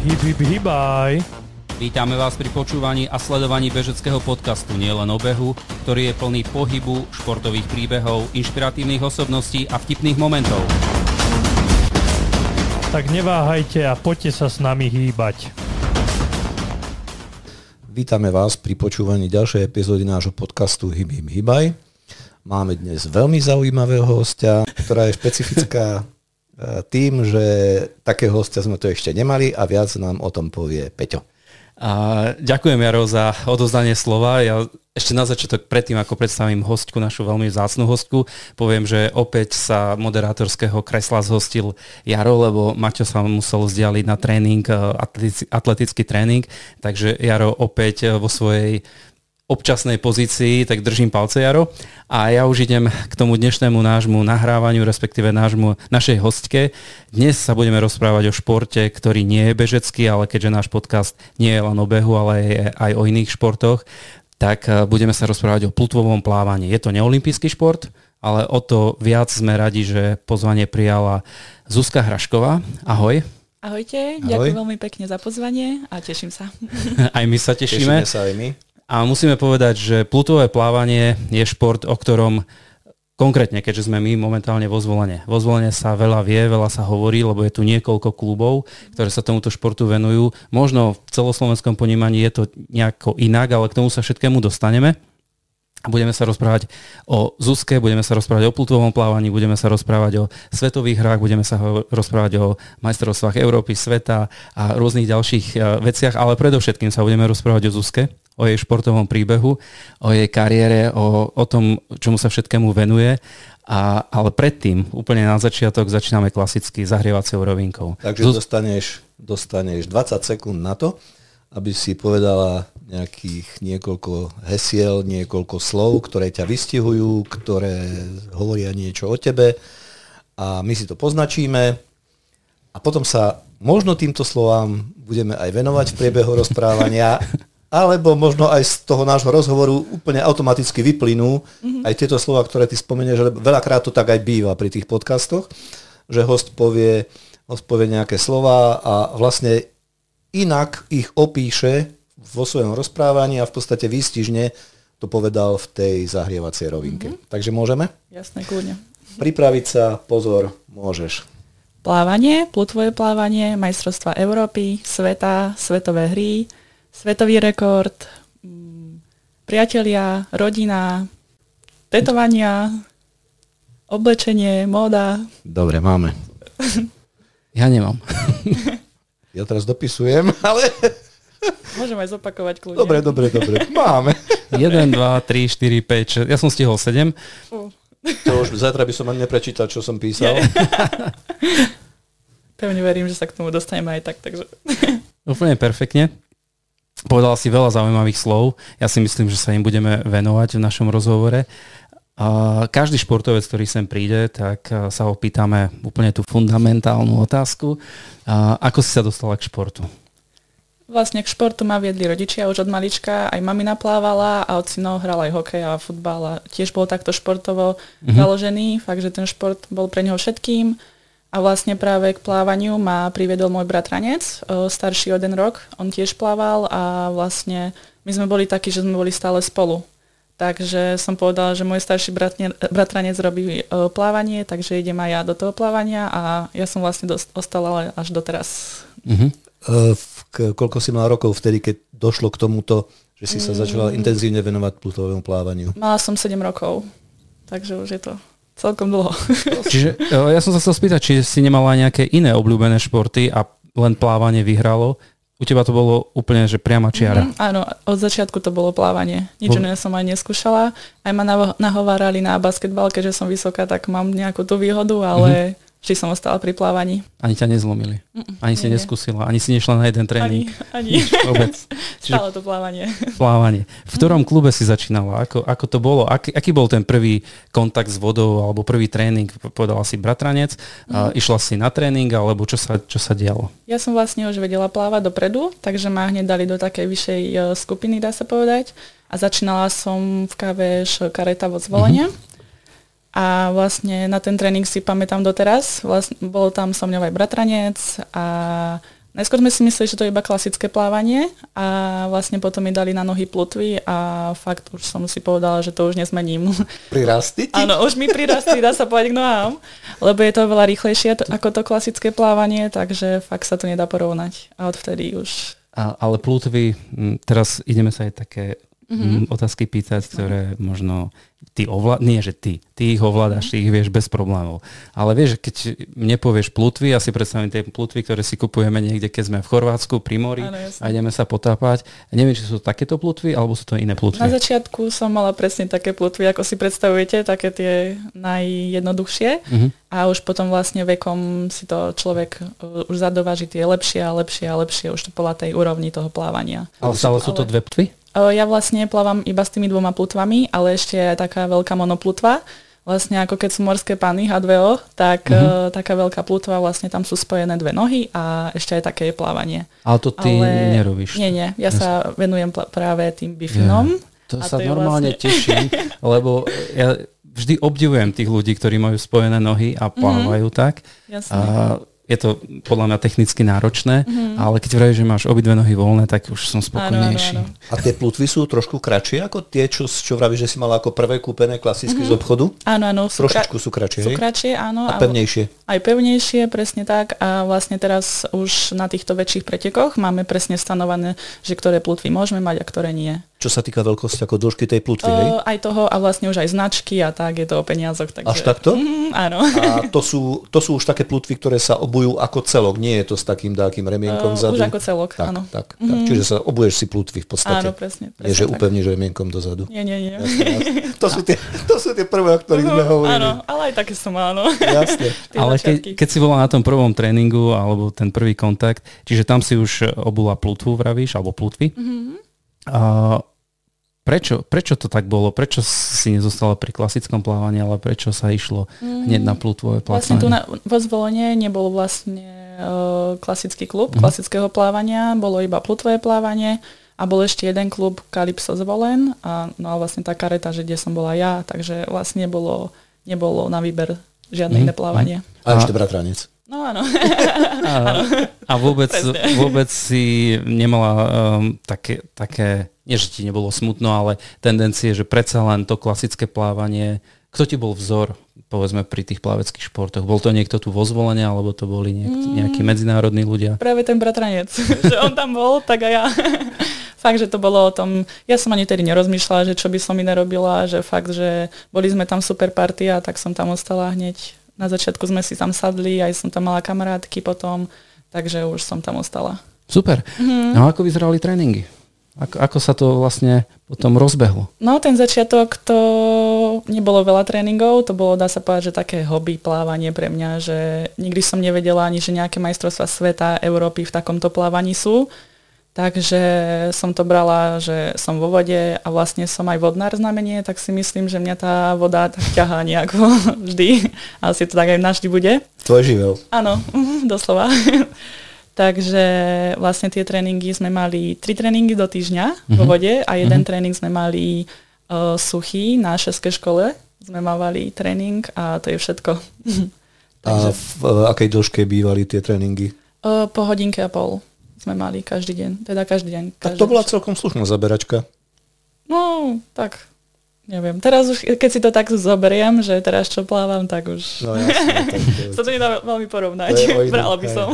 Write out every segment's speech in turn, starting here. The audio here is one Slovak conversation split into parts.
Hybaj. Vítame vás pri počúvaní a sledovaní bežeckého podcastu Nielen o behu, ktorý je plný pohybu, športových príbehov, inšpiratívnych osobností a vtipných momentov. Tak neváhajte a poďte sa s nami hýbať. Vítame vás pri počúvaní ďalšej epizódy nášho podcastu Hybaj. Máme dnes veľmi zaujímavého hostia, ktorá je špecifická tým, že takého hostia sme tu ešte nemali a viac nám o tom povie Peťo. Ďakujem, Jaro, za odozdanie slova. Ja ešte na začiatok, predtým ako predstavím hostku, našu veľmi vzácnu hostku, poviem, že opäť sa moderátorského kresla zhostil Jaro, lebo Maťo sa musel vzdialiť na tréning, atletický tréning, takže Jaro opäť vo svojej občasnej pozícii, tak držím palce, Jaro. A ja už idem k tomu dnešnému nášmu nahrávaniu, respektíve našej hostke. Dnes sa budeme rozprávať o športe, ktorý nie je bežecký, ale keďže náš podcast nie je len o behu, ale je aj o iných športoch, tak budeme sa rozprávať o pľutvovom plávaní. Je to neolimpijský šport, ale o to viac sme radi, že pozvanie prijala Zuzka Hrašková. Ahoj. Ahojte, ďakujem veľmi pekne za pozvanie a teším sa. Aj my sa tešíme. Tešíme sa aj my. A musíme povedať, že pľutvové plávanie je šport, o ktorom konkrétne, keďže sme my momentálne vo Zvolene. Vo Zvolene sa veľa vie, veľa sa hovorí, lebo je tu niekoľko klubov, ktoré sa tomuto športu venujú. Možno v celoslovenskom ponímaní je to nejako inak, ale k tomu sa všetkému dostaneme. A budeme sa rozprávať o Zuzke, budeme sa rozprávať o pľutvovom plávaní, budeme sa rozprávať o svetových hrách, budeme sa rozprávať o majstrovstvách Európy, sveta a rôznych ďalších veciach, ale predovšetkým sa budeme rozprávať o Zuzke, o jej športovom príbehu, o jej kariére, o tom, čomu sa všetkému venuje. Ale predtým, úplne na začiatok, začíname klasicky zahrievacou rovinkou. Takže dostaneš 20 sekúnd na to, aby si povedala nejakých niekoľko hesiel, niekoľko slov, ktoré ťa vystihujú, ktoré hovoria niečo o tebe a my si to poznačíme a potom sa možno týmto slovám budeme aj venovať v priebehu rozprávania, alebo možno aj z toho nášho rozhovoru úplne automaticky vyplynú aj tieto slova, ktoré ty spomenieš, že veľakrát to tak aj býva pri tých podcastoch, že host povie nejaké slova a vlastne inak ich opíše vo svojom rozprávaní a v podstate výstižne to povedal v tej zahrievacej rovinke. Takže môžeme? Jasné, kľudne. Pripraviť sa, pozor, môžeš. Plávanie, pľutvové plávanie, majstrovstvá Európy, sveta, svetové hry, svetový rekord, priatelia, rodina, tetovania, oblečenie, móda. Dobre, máme. Ja nemám. Ja teraz dopisujem, ale... Môžem aj zopakovať kľudne. Dobre. Máme. 1, 2, 3, 4, 5, 6. Ja som stihol 7. To už zajtra by som ani neprečítal, čo som písal. Pevne verím, že sa k tomu dostaneme aj tak, takže... Úplne perfektne. Povedal si veľa zaujímavých slov. Ja si myslím, že sa im budeme venovať v našom rozhovore. Každý športovec, ktorý sem príde, tak sa ho pýtame úplne tú fundamentálnu otázku. Ako si sa dostala k športu? Vlastne k športu ma viedli rodičia už od malička, aj mamina plávala a ocino hral aj hokej a futbal a tiež bol takto športovo založený, fakt, že ten šport bol pre neho všetkým a vlastne práve k plávaniu ma priviedol môj bratranec, starší o 1 rok, on tiež plával a vlastne my sme boli takí, že sme boli stále spolu. Takže som povedala, že môj starší bratranec robí plávanie, takže idem aj ja do toho plávania a ja som vlastne ostala až doteraz. Koľko si mala rokov vtedy, keď došlo k tomuto, že si sa začala intenzívne venovať pľutovému plávaniu? Mala som 7 rokov, takže už je to celkom dlho. Čiže ja som sa chcel spýtať, či si nemala nejaké iné obľúbené športy a len plávanie vyhralo? U teba to bolo úplne, že priama čiara. Áno, od začiatku to bolo plávanie. Nič iné som aj neskúšala. Aj ma nahovárali na basketbal, keďže som vysoká, tak mám nejakú tú výhodu, ale vždy som ostala pri plávaní. Ani ťa nezlomili? Ani si neskúsila? Ani si nešla na jeden tréning? Ani. Vôbec. Stále to plávanie. Plávanie. V ktorom klube si začínala? Ako to bolo? Aký bol ten prvý kontakt s vodou alebo prvý tréning? Povedala si bratranec. Išla si na tréning alebo čo sa dialo? Ja som vlastne už vedela plávať dopredu, takže ma hneď dali do takej vyššej skupiny, dá sa povedať. A začínala som v KVŠ Kareta vo Zvolene. A vlastne na ten tréning si pamätám doteraz. Vlastne bol tam so mňou aj bratranec a Najskôr sme si mysleli, že to je iba klasické plávanie a vlastne potom mi dali na nohy plutvy a fakt už som si povedala, že to už nezmením. Prirastli ti? Áno, už mi prirastli, dá sa povedať k nohám, lebo je to veľa rýchlejšie ako to klasické plávanie, takže fakt sa to nedá porovnať. A odvtedy už... Ale plutvy, teraz ideme sa aj také otázky pýtať, ktoré možno ty ich ovládaš, ty ich vieš bez problémov. Ale vieš, keď mne povieš plutvy, ja si predstavím tie plutvy, ktoré si kupujeme niekde, keď sme v Chorvátsku, pri mori a ideme sa potápať. Neviem, či sú takéto plutvy, alebo sú to iné plutvy. Na začiatku som mala presne také plutvy, ako si predstavujete, také tie najjednoduchšie. A už potom vlastne vekom si to človek už zadováži tie lepšie a lepšie a lepšie, už to podľa tej úrovni toho plávania. Ale stále sú to dve plutvy? Ja vlastne plávam iba s tými 2 plutvami, ale ešte je taká veľká monoplutva. Vlastne ako keď sú morské panny H2O, tak taká veľká plutva, vlastne tam sú spojené 2 nohy a ešte aj také je plávanie. Ale to ty nerobíš? Nie. Ja sa venujem práve tým bifinom. To sa normálne teším, lebo ja vždy obdivujem tých ľudí, ktorí majú spojené nohy a plávajú tak. Jasne. Je to podľa mňa technicky náročné, ale keď vravíš, že máš obidve nohy voľné, tak už som spokojnejší. Áno. A tie plutvy sú trošku kratšie ako tie, čo vravíš, že si mala ako prvé kúpené klasicky z obchodu? Áno. Trošičku sú kratšie, Sú kratšie, áno. A pevnejšie. Aj pevnejšie, presne tak. A vlastne teraz už na týchto väčších pretekoch máme presne stanovené, že ktoré plutvy môžeme mať a ktoré nie. Čo sa týka veľkosti ako dĺžky tej plutvy, hej? Aj toho a vlastne už aj značky a tak, je to o peniazoch. Takže... Až takto? Áno. A to sú už také plutvy, ktoré sa obujú ako celok, nie je to s takým dákým remienkom vzadu? Už ako celok, áno. Tak. Čiže sa obuješ si plutvy v podstate. Áno, presne Nie, že tak. upevníš remienkom dozadu. Nie. Jasne. To sú tie prvé, o ktorých sme hovorili. Áno, ale aj také som, áno. Jasne. Ale keď si bola na tom prvom tréningu alebo ten prvý kontakt, čiže tam si už obula plutvu, vravíš, alebo plutvy. Prečo to tak bolo? Prečo si nezostala pri klasickom plávaní, ale prečo sa išlo hneď na plutvové plávanie? Vlastne tu vo Zvolenie nebol vlastne klasický klub klasického plávania, bolo iba plutvové plávanie a bol ešte jeden klub Calypso Zvolen a vlastne tá kareta, že kde som bola ja, takže vlastne nebolo na výber žiadne iné plávanie. A ešte bratranec. No áno. A vôbec si nemala také, nie že ti nebolo smutno, ale tendencie, že predsa len to klasické plávanie, kto ti bol vzor, povedzme, pri tých plaveckých športoch? Bol to niekto tu vo Zvolenie, alebo to boli nejakí medzinárodní ľudia? Práve ten bratranec, že on tam bol, tak aj ja. Fakt, že to bolo o tom, ja som ani tedy nerozmýšľala, že čo by som iné robila, že fakt, že boli sme tam super party a tak som tam ostala hneď. Na začiatku sme si tam sadli, aj som tam mala kamarátky potom, takže už som tam ostala. Super. No a ako vyzerali tréningy? Ako sa to vlastne potom rozbehlo? No ten začiatok to nebolo veľa tréningov, to bolo, dá sa povedať, že také hobby plávanie pre mňa, že nikdy som nevedela ani, že nejaké majstrovstvá sveta, Európy v takomto plávaní sú. Takže som to brala, že som vo vode a vlastne som aj vodnár znamenie, tak si myslím, že mňa tá voda tak ťahá nejako vždy. Asi to tak aj navždy bude. Tvoj živel. Áno, doslova. Takže vlastne tie tréningy sme mali 3 tréningy do týždňa vo vode a jeden tréning sme mali suchý na šeskej škole. Sme mávali tréning a to je všetko. Takže... A v akej dĺžke bývali tie tréningy? Po hodinke a pol sme mali každý deň. Teda každý deň. Tak to bola celkom slušná zaberačka. No, tak neviem. Teraz už, keď si to tak zoberiem, že teraz čo plávam, tak už... No jasne. To nedá veľmi porovnať. Brala by som.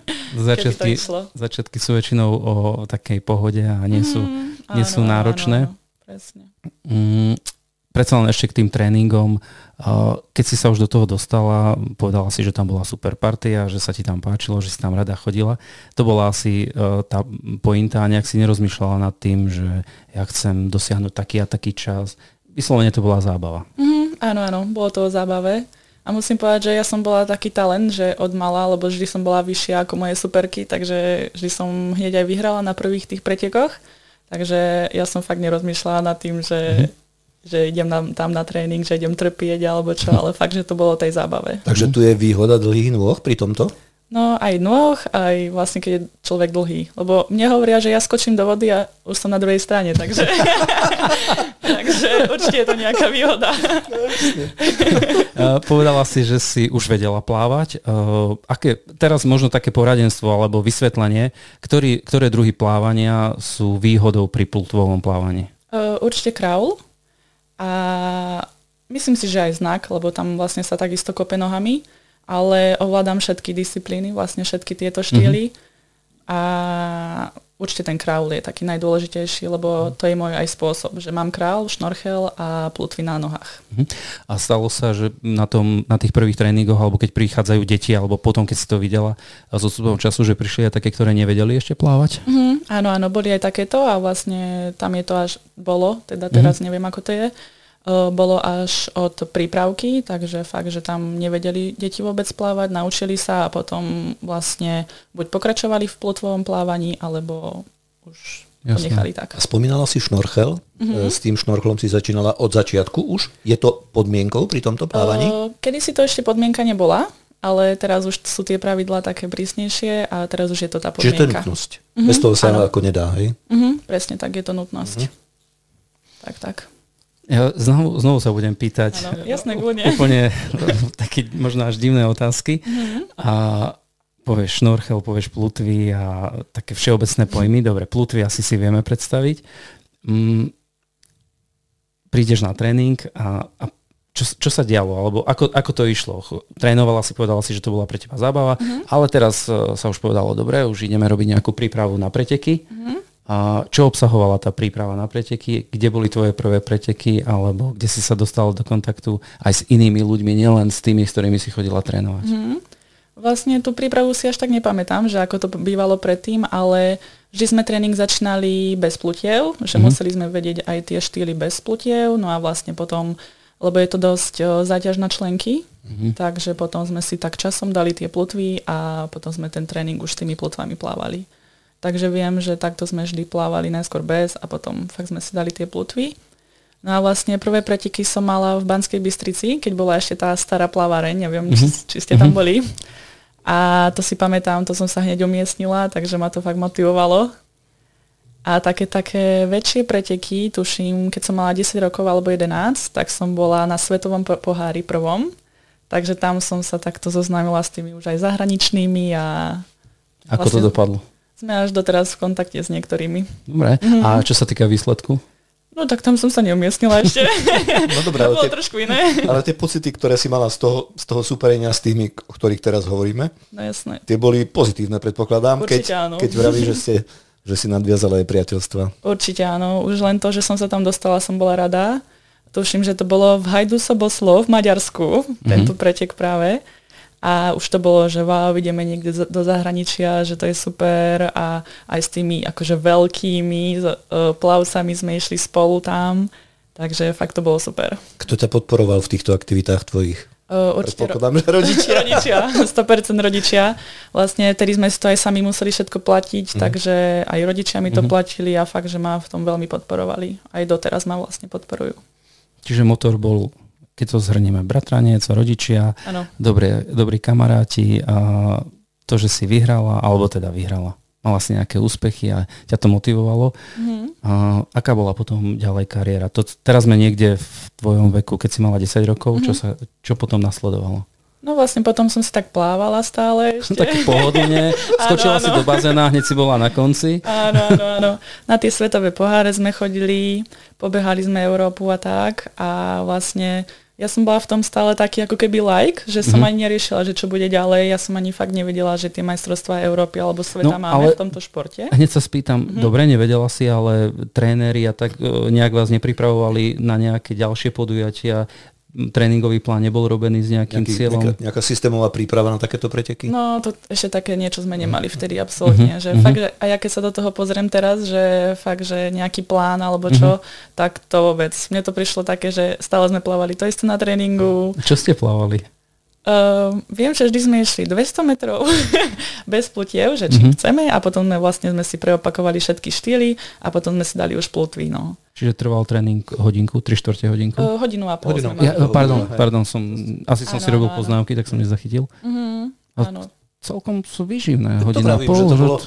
Začiatky sú väčšinou o takej pohode a nie sú náročné. Áno, presne. Predsa len ešte k tým tréningom. Keď si sa už do toho dostala, povedala si, že tam bola super partia, že sa ti tam páčilo, že si tam rada chodila. To bola asi tá pointa a nejak si nerozmýšľala nad tým, že ja chcem dosiahnuť taký a taký čas. Vyslovene to bola zábava. Áno, bolo to o zábave. A musím povedať, že ja som bola taký talent, že od mala, lebo vždy som bola vyššia ako moje superky, takže vždy som hneď aj vyhrala na prvých tých pretekoch. Takže ja som fakt nerozmýšľala nad tým, že idem tam na tréning, že idem trpieť alebo čo, ale fakt, že to bolo tej zábave. Takže tu je výhoda dlhých nôh pri tomto? No aj nôh, aj vlastne keď je človek dlhý. Lebo mne hovoria, že ja skočím do vody a už som na druhej strane, takže takže určite je to nejaká výhoda. Povedala si, že si už vedela plávať. Teraz možno také poradenstvo alebo vysvetlenie, ktoré druhy plávania sú výhodou pri plutvovom plávaní? Určite kraul a myslím si, že aj znak, lebo tam vlastne sa takisto kope nohami, ale ovládam všetky disciplíny, vlastne všetky tieto štýly a určite ten kraul je taký najdôležitejší, lebo to je môj aj spôsob, že mám kraul, šnorchel a plutvy na nohách. A stalo sa, že na tých prvých tréningoch, alebo keď prichádzajú deti, alebo potom, keď si to videla z odstupom času, že prišli aj také, ktoré nevedeli ešte plávať? Áno, boli aj takéto a vlastne tam je to bolo, teda teraz neviem, ako to je, bolo až od prípravky, takže fakt, že tam nevedeli deti vôbec plávať, naučili sa a potom vlastne buď pokračovali v plutvovom plávaní, alebo už to nechali tak. A spomínala si šnorchel, s tým šnorchelom si začínala od začiatku už? Je to podmienkou pri tomto plávaní? Kedy si to ešte podmienka nebola, ale teraz už sú tie pravidlá také prísnejšie a teraz už je to tá podmienka. Čiže to je nutnosť. Bez toho sa ako nedá, hej? Presne tak, je to nutnosť. Tak. Ja znovu sa budem pýtať jasné, úplne také možno až divné otázky. A povieš šnorchel, povieš plutvy a také všeobecné pojmy. Dobre, plutvy asi si vieme predstaviť. Prídeš na tréning a čo sa dialo? Alebo ako to išlo? Trénovala si, povedala si, že to bola pre teba zábava, ale teraz sa už povedalo, dobre, už ideme robiť nejakú prípravu na preteky. A čo obsahovala tá príprava na preteky? Kde boli tvoje prvé preteky? Alebo kde si sa dostala do kontaktu aj s inými ľuďmi, nielen s tými, s ktorými si chodila trénovať? Vlastne tú prípravu si až tak nepamätám, že ako to bývalo predtým, ale vždy sme tréning začínali bez plutiev, že museli sme vedieť aj tie štýly bez plutiev, no a vlastne potom, lebo je to dosť záťaž na členky, takže potom sme si tak časom dali tie plutvy a potom sme ten tréning už s tými plutvami plávali. Takže viem, že takto sme vždy plávali najskôr bez a potom fakt sme si dali tie plutvy. No a vlastne prvé preteky som mala v Banskej Bystrici, keď bola ešte tá stará plaváreň, neviem, či ste tam boli. A to si pamätám, to som sa hneď umiestnila, takže ma to fakt motivovalo. A také väčšie preteky, tuším, keď som mala 10 rokov alebo 11, tak som bola na Svetovom pohári prvom. Takže tam som sa takto zoznámila s tými už aj zahraničnými a... Ako to dopadlo? Sme až doteraz v kontakte s niektorými. Dobre. A čo sa týka výsledku? No tak tam som sa neumiestnila ešte. No dobré, to bolo trošku iné. Ale tie pocity, ktoré si mala z toho súperenia s tými, o ktorých teraz hovoríme, no jasné. Tie boli pozitívne, predpokladám, Určite áno. Keď vraví, že si nadviazala aj priateľstva. Určite áno. Už len to, že som sa tam dostala, som bola rada. Tuším, že to bolo v Hajdúsoboslov v Maďarsku, tento pretek práve. A už to bolo, že wow, ideme niekde do zahraničia, že to je super a aj s tými akože veľkými plavcami sme išli spolu tam, takže fakt to bolo super. Kto ťa podporoval v týchto aktivitách tvojich? Určite rodičia. Rodičia, 100% rodičia. Vlastne tedy sme si to aj sami museli všetko platiť, takže aj rodičia mi to platili a fakt, že ma v tom veľmi podporovali. Aj doteraz ma vlastne podporujú. Čiže motor bol, keď to zhrnieme, bratranec, rodičia, dobrí kamaráti a to, že si vyhrala, mala si nejaké úspechy a ťa to motivovalo. A aká bola potom ďalej kariéra? Teraz sme niekde v tvojom veku, keď si mala 10 rokov, čo potom nasledovalo? No vlastne potom som si tak plávala stále ešte. Tak pohodlne, skočila si do bazéna, hneď si bola na konci. Áno. Na tie svetové poháre sme chodili, pobehali sme Európu a tak a vlastne ja som bola v tom stále taký ako keby že som ani neriešila, že čo bude ďalej. Ja som ani fakt nevedela, že tie majstrovstvá Európy alebo sveta máme v tomto športe. Hneď sa spýtam, dobre, nevedela si, ale tréneri a tak nejak vás nepripravovali na nejaké ďalšie podujatia? Tréningový plán nebol robený s nejakým cieľom? Nejaká systémová príprava na takéto preteky? No, to ešte také niečo sme nemali vtedy absolútne. Že fakt, že, a ja keď sa do toho pozriem teraz, že fakt, že nejaký plán alebo čo, tak to vôbec. Mne to prišlo také, že stále sme plávali to isté na tréningu. Čo ste plávali? Viem, že vždy sme išli 200 metrov bez plutiev, že čím chceme a potom sme si preopakovali všetky štýly a potom sme si dali už plutvy. No. Čiže trval tréning hodinku, 3/4 hodinku? Hodinu a pol. Pardon, som si robil poznámky, tak som nezachytil. Áno. celkom sú výživné. To Hodina a vravím, pol. že to bolo...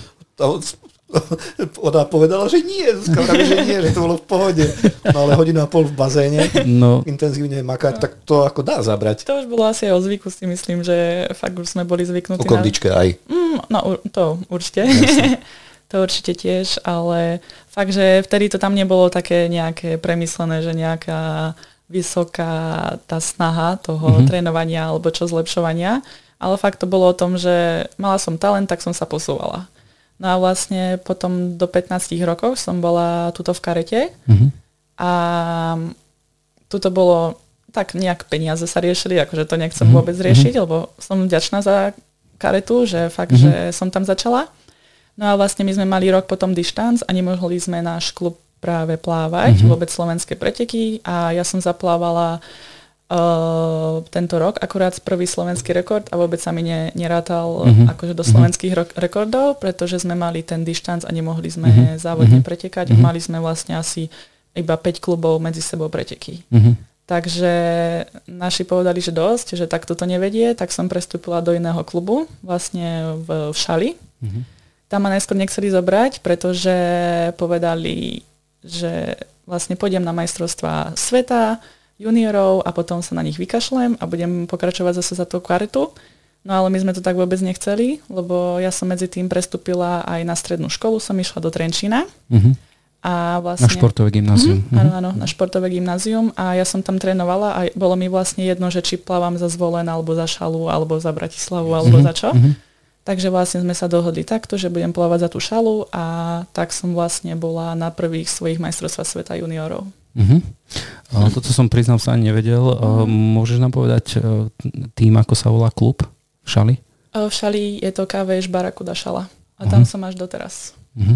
Ona povedala, že nie. Zuzka vraví, že nie, že to bolo v pohode. No ale hodinu a pol v bazéne, intenzívne makať, tak to ako dá zabrať. To už bolo asi aj o zvyku, si myslím, že fakt už sme boli zvyknutí. O kondičke aj. No to určite. To určite tiež, ale fakt, že vtedy to tam nebolo také nejaké premyslené, že nejaká vysoká tá snaha toho trénovania alebo čo zlepšovania, ale fakt to bolo o tom, že mala som talent, tak som sa posúvala. No a vlastne potom do 15 rokov som bola tuto v karete a tuto bolo tak nejak peniaze sa riešili, akože to nechcem vôbec riešiť, lebo som vďačná za karetu, že fakt, že som tam začala. No a vlastne my sme mali rok potom dištanc a nemohli sme náš klub práve plávať, vôbec slovenské preteky a ja som zaplávala tento rok akurát prvý slovenský rekord a vôbec sa mi nerátal akože do slovenských rekordov, pretože sme mali ten dištanc a nemohli sme závodne pretekať. Mali sme vlastne asi iba 5 klubov medzi sebou preteky. Takže naši povedali, že dosť, že takto to nevedie, tak som prestúpila do iného klubu, vlastne v Šali. Tam ma najskôr nechceli zobrať, pretože povedali, že vlastne pôjdem na majstrovstvá sveta, juniorov a potom sa na nich vykašlem a budem pokračovať zase za tú karetu. No ale my sme to tak vôbec nechceli, lebo ja som medzi tým prestúpila aj na strednú školu, som išla do Trenčína. A vlastne, na športové gymnázium. Áno, na športové gymnázium a ja som tam trénovala a bolo mi vlastne jedno, že či plávam za Zvolen, alebo za Šalu, alebo za Bratislavu, alebo za čo. Takže vlastne sme sa dohodli takto, že budem plávať za tú Šalu a tak som vlastne bola na prvých svojich majstrovstvách sveta juniorov. Toto som, priznám sa, ani nevedel. Môžeš nám povedať tým, ako sa volá klub v Šali? V Šali je to KVŠ Barakuda Šala a tam som až doteraz.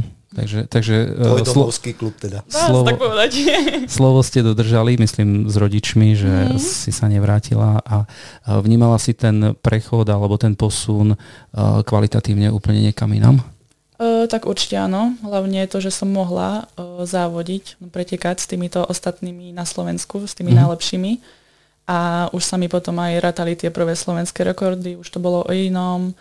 Takže tvoj domovský klub teda. Tak povedať. Slovo ste dodržali, myslím, s rodičmi, že si sa nevrátila a vnímala si ten prechod alebo ten posun kvalitatívne úplne niekam inam? Tak určite áno. Hlavne to, že som mohla závodiť, pretekať s týmito ostatnými na Slovensku, s tými najlepšími. A už sa mi potom aj rátali tie prvé slovenské rekordy, už to bolo o inom.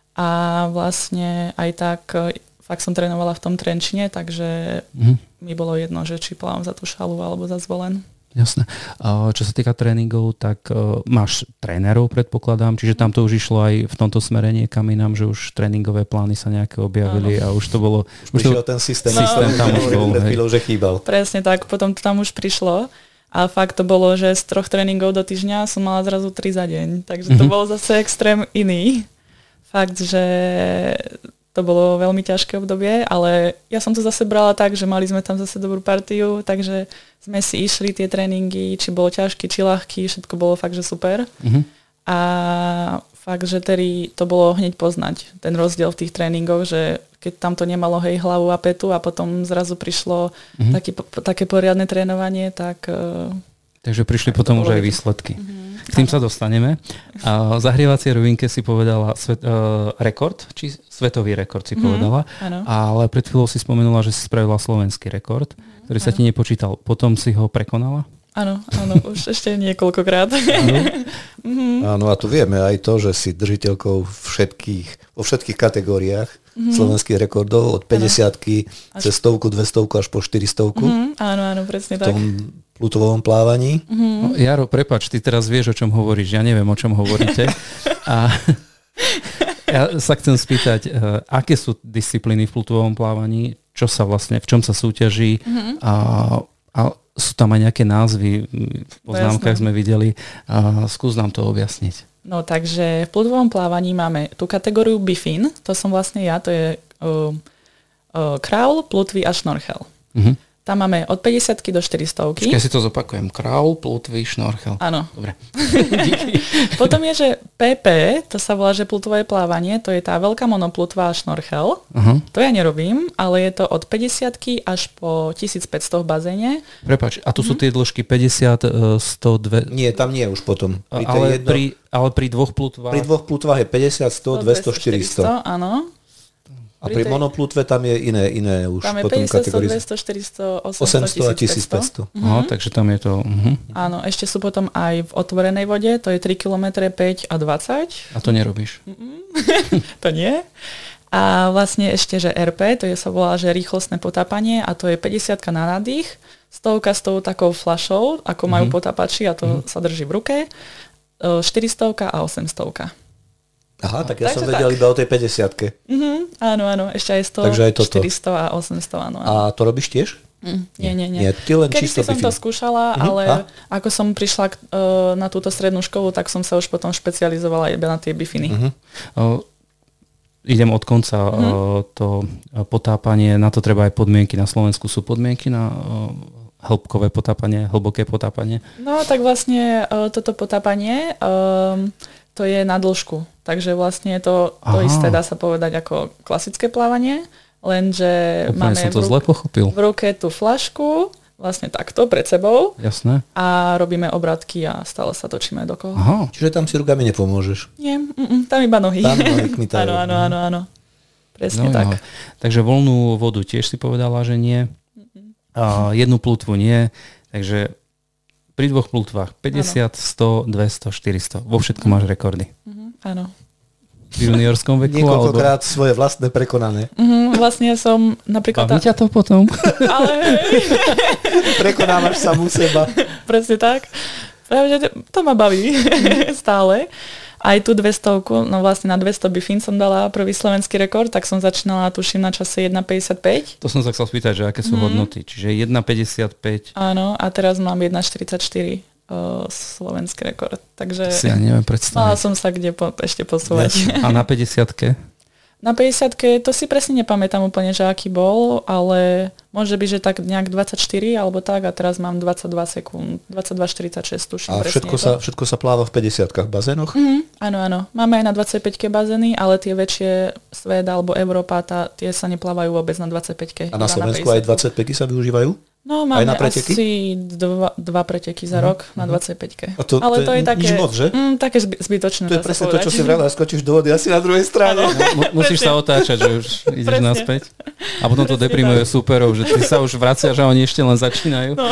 A vlastne aj tak fakt som trénovala v tom Trenčine, takže mi bolo jedno, že či plávam za tú Šalu alebo za Zvolen. Jasné. Čo sa týka tréningov, tak máš trénerov, predpokladám, čiže tam to už išlo aj v tomto smere niekam inám, že už tréningové plány sa nejaké objavili a už to bolo... Už prišiel ten systém tam už bol, že chýbal. Presne tak, potom to tam už prišlo a fakt to bolo, že z 3 tréningov do týždňa som mala zrazu 3 za deň, takže to bolo zase extrém iný. Fakt, že to bolo veľmi ťažké obdobie, ale ja som to zase brala tak, že mali sme tam zase dobrú partiu, takže sme si išli tie tréningy, či bolo ťažký, či ľahký, všetko bolo fakt, že super. A fakt, že tedy to bolo hneď poznať, ten rozdiel v tých tréningoch, že keď tam to nemalo hlavu a petu a potom zrazu prišlo také poriadne trénovanie, tak... Takže prišli potom už aj výsledky. K tým sa dostaneme. A v zahrievacej rovinke si povedala rekord, či svetový rekord si povedala, ale pred chvíľou si spomenula, že si spravila slovenský rekord, ktorý sa ti nepočítal. Potom si ho prekonala? Áno, už ešte niekoľkokrát. Áno, a tu vieme aj to, že si držiteľkou vo všetkých kategóriách slovenských rekordov, od 50-ky cez 100, 200 až po 400. Áno, presne tak. V tom plutovovom plávaní. No, Jaro, prepáč, ty teraz vieš, o čom hovoríš. Ja neviem, o čom hovoríte. A ja sa chcem spýtať, aké sú disciplíny v plutovovom plávaní, čo sa vlastne, v čom sa súťaží a sú tam aj nejaké názvy, v poznámkach sme videli. Skús nám to objasniť. No takže v plutovovom plávaní máme tú kategóriu bifin, to som vlastne ja, to je kraul, plutvy a šnorchel. Tam máme od 50-ky do 400-ky. Ja si to zopakujem. Kraul, plutvy, šnorchel. Áno. Dobre. Potom je, že PP, to sa volá, že plutové plávanie, to je tá veľká monoplutva a šnorchel. To ja nerobím, ale je to od 50-ky až po 1500 v bazéne. Prepáč, a tu sú tie dĺžky 50, 100, 2... Nie, tam nie už potom. Ale pri dvoch plutvách... Pri dvoch plutvách je 50, 100, 200, 400. Áno. A pri monoplutve tam je iné už tam je potom 50, kategórie. 100, 200, 400, 800 a 800, 1500. No, takže tam je to... Áno, ešte sú potom aj v otvorenej vode, to je 3 km, 5 a 20. A to nerobíš? To nie. A vlastne ešte, že RP, to je sa volá, že rýchlostné potápanie a to je 50 na nádych, 100 s tou takou fľašou, ako majú potápači a to sa drží v ruke, 400 a 800. Aha, tak ja Takže som vedel iba o tej 50-ke. Áno, ešte aj 100, Takže aj toto. 400 a 800, áno. A to robíš tiež? Nie. Nie, ty len Kedy čisto som to Wi-Fi. skúšala, ale ako som prišla na túto strednú školu, tak som sa už potom špecializovala iba na tie bifiny. Idem od konca. To potápanie, na to treba aj podmienky. Na Slovensku sú podmienky na hĺbkové potápanie, hlboké potápanie? No tak vlastne toto potápanie, to je na dĺžku. Takže vlastne to isté dá sa povedať ako klasické plávanie, lenže Úplne som to zle pochopil. v ruke tú fľašku, vlastne takto pred sebou. Jasné. A robíme obratky a stále sa točíme dokola. Aha. Čiže tam si rukami nepomôžeš. Nie, tam iba nohy. Tam nohy kmitajú. Áno. Presne tak. Takže voľnú vodu tiež si povedala, že nie. Jednu plutvu nie. Takže pri 2 plutvách 50, 100, 200, 400. Vo všetkom máš rekordy. Áno. V juniorskom veku? Niekoľkokrát svoje vlastné prekonané. Vlastne som napríklad... Baví ťa to potom? Ale hej. Prekonávaš samú seba. Presne tak. Práve, že to ma baví stále. Aj tu 200, no vlastne na 200 bifín som dala prvý slovenský rekord, tak som začínala, tuším, na čase 1,55. To som sa chcel spýtať, že aké sú hodnoty. Čiže 1,55. Áno, a teraz mám 1,44 slovenský rekord. Takže Si ja neviem predstaviť. mala som sa kde ešte posúvať. A na 50-ke? Na 50-ke to si presne nepamätám úplne, že aký bol, ale môže byť, že tak nejak 24 alebo tak a teraz mám 22 sekúnd, 22,46 tuším. A všetko sa pláva v 50-kách v bazénoch? Áno. Máme aj na 25-ke bazény, ale tie väčšie svet alebo Európa, tie sa neplávajú vôbec na 25-ke. A na Slovensku aj 25-ky sa využívajú? No máme aj na preteky? asi dva preteky za rok na 25-ke. Ale to je také, nič moc, že? Také zbytočné. To je presne to, čo si vrala, skočíš do vody asi na druhej strane. Musíš sa otáčať, že už ideš Presne. naspäť. A potom to deprimuje súperov, že ty sa už vraciaš a oni ešte len začínajú. No.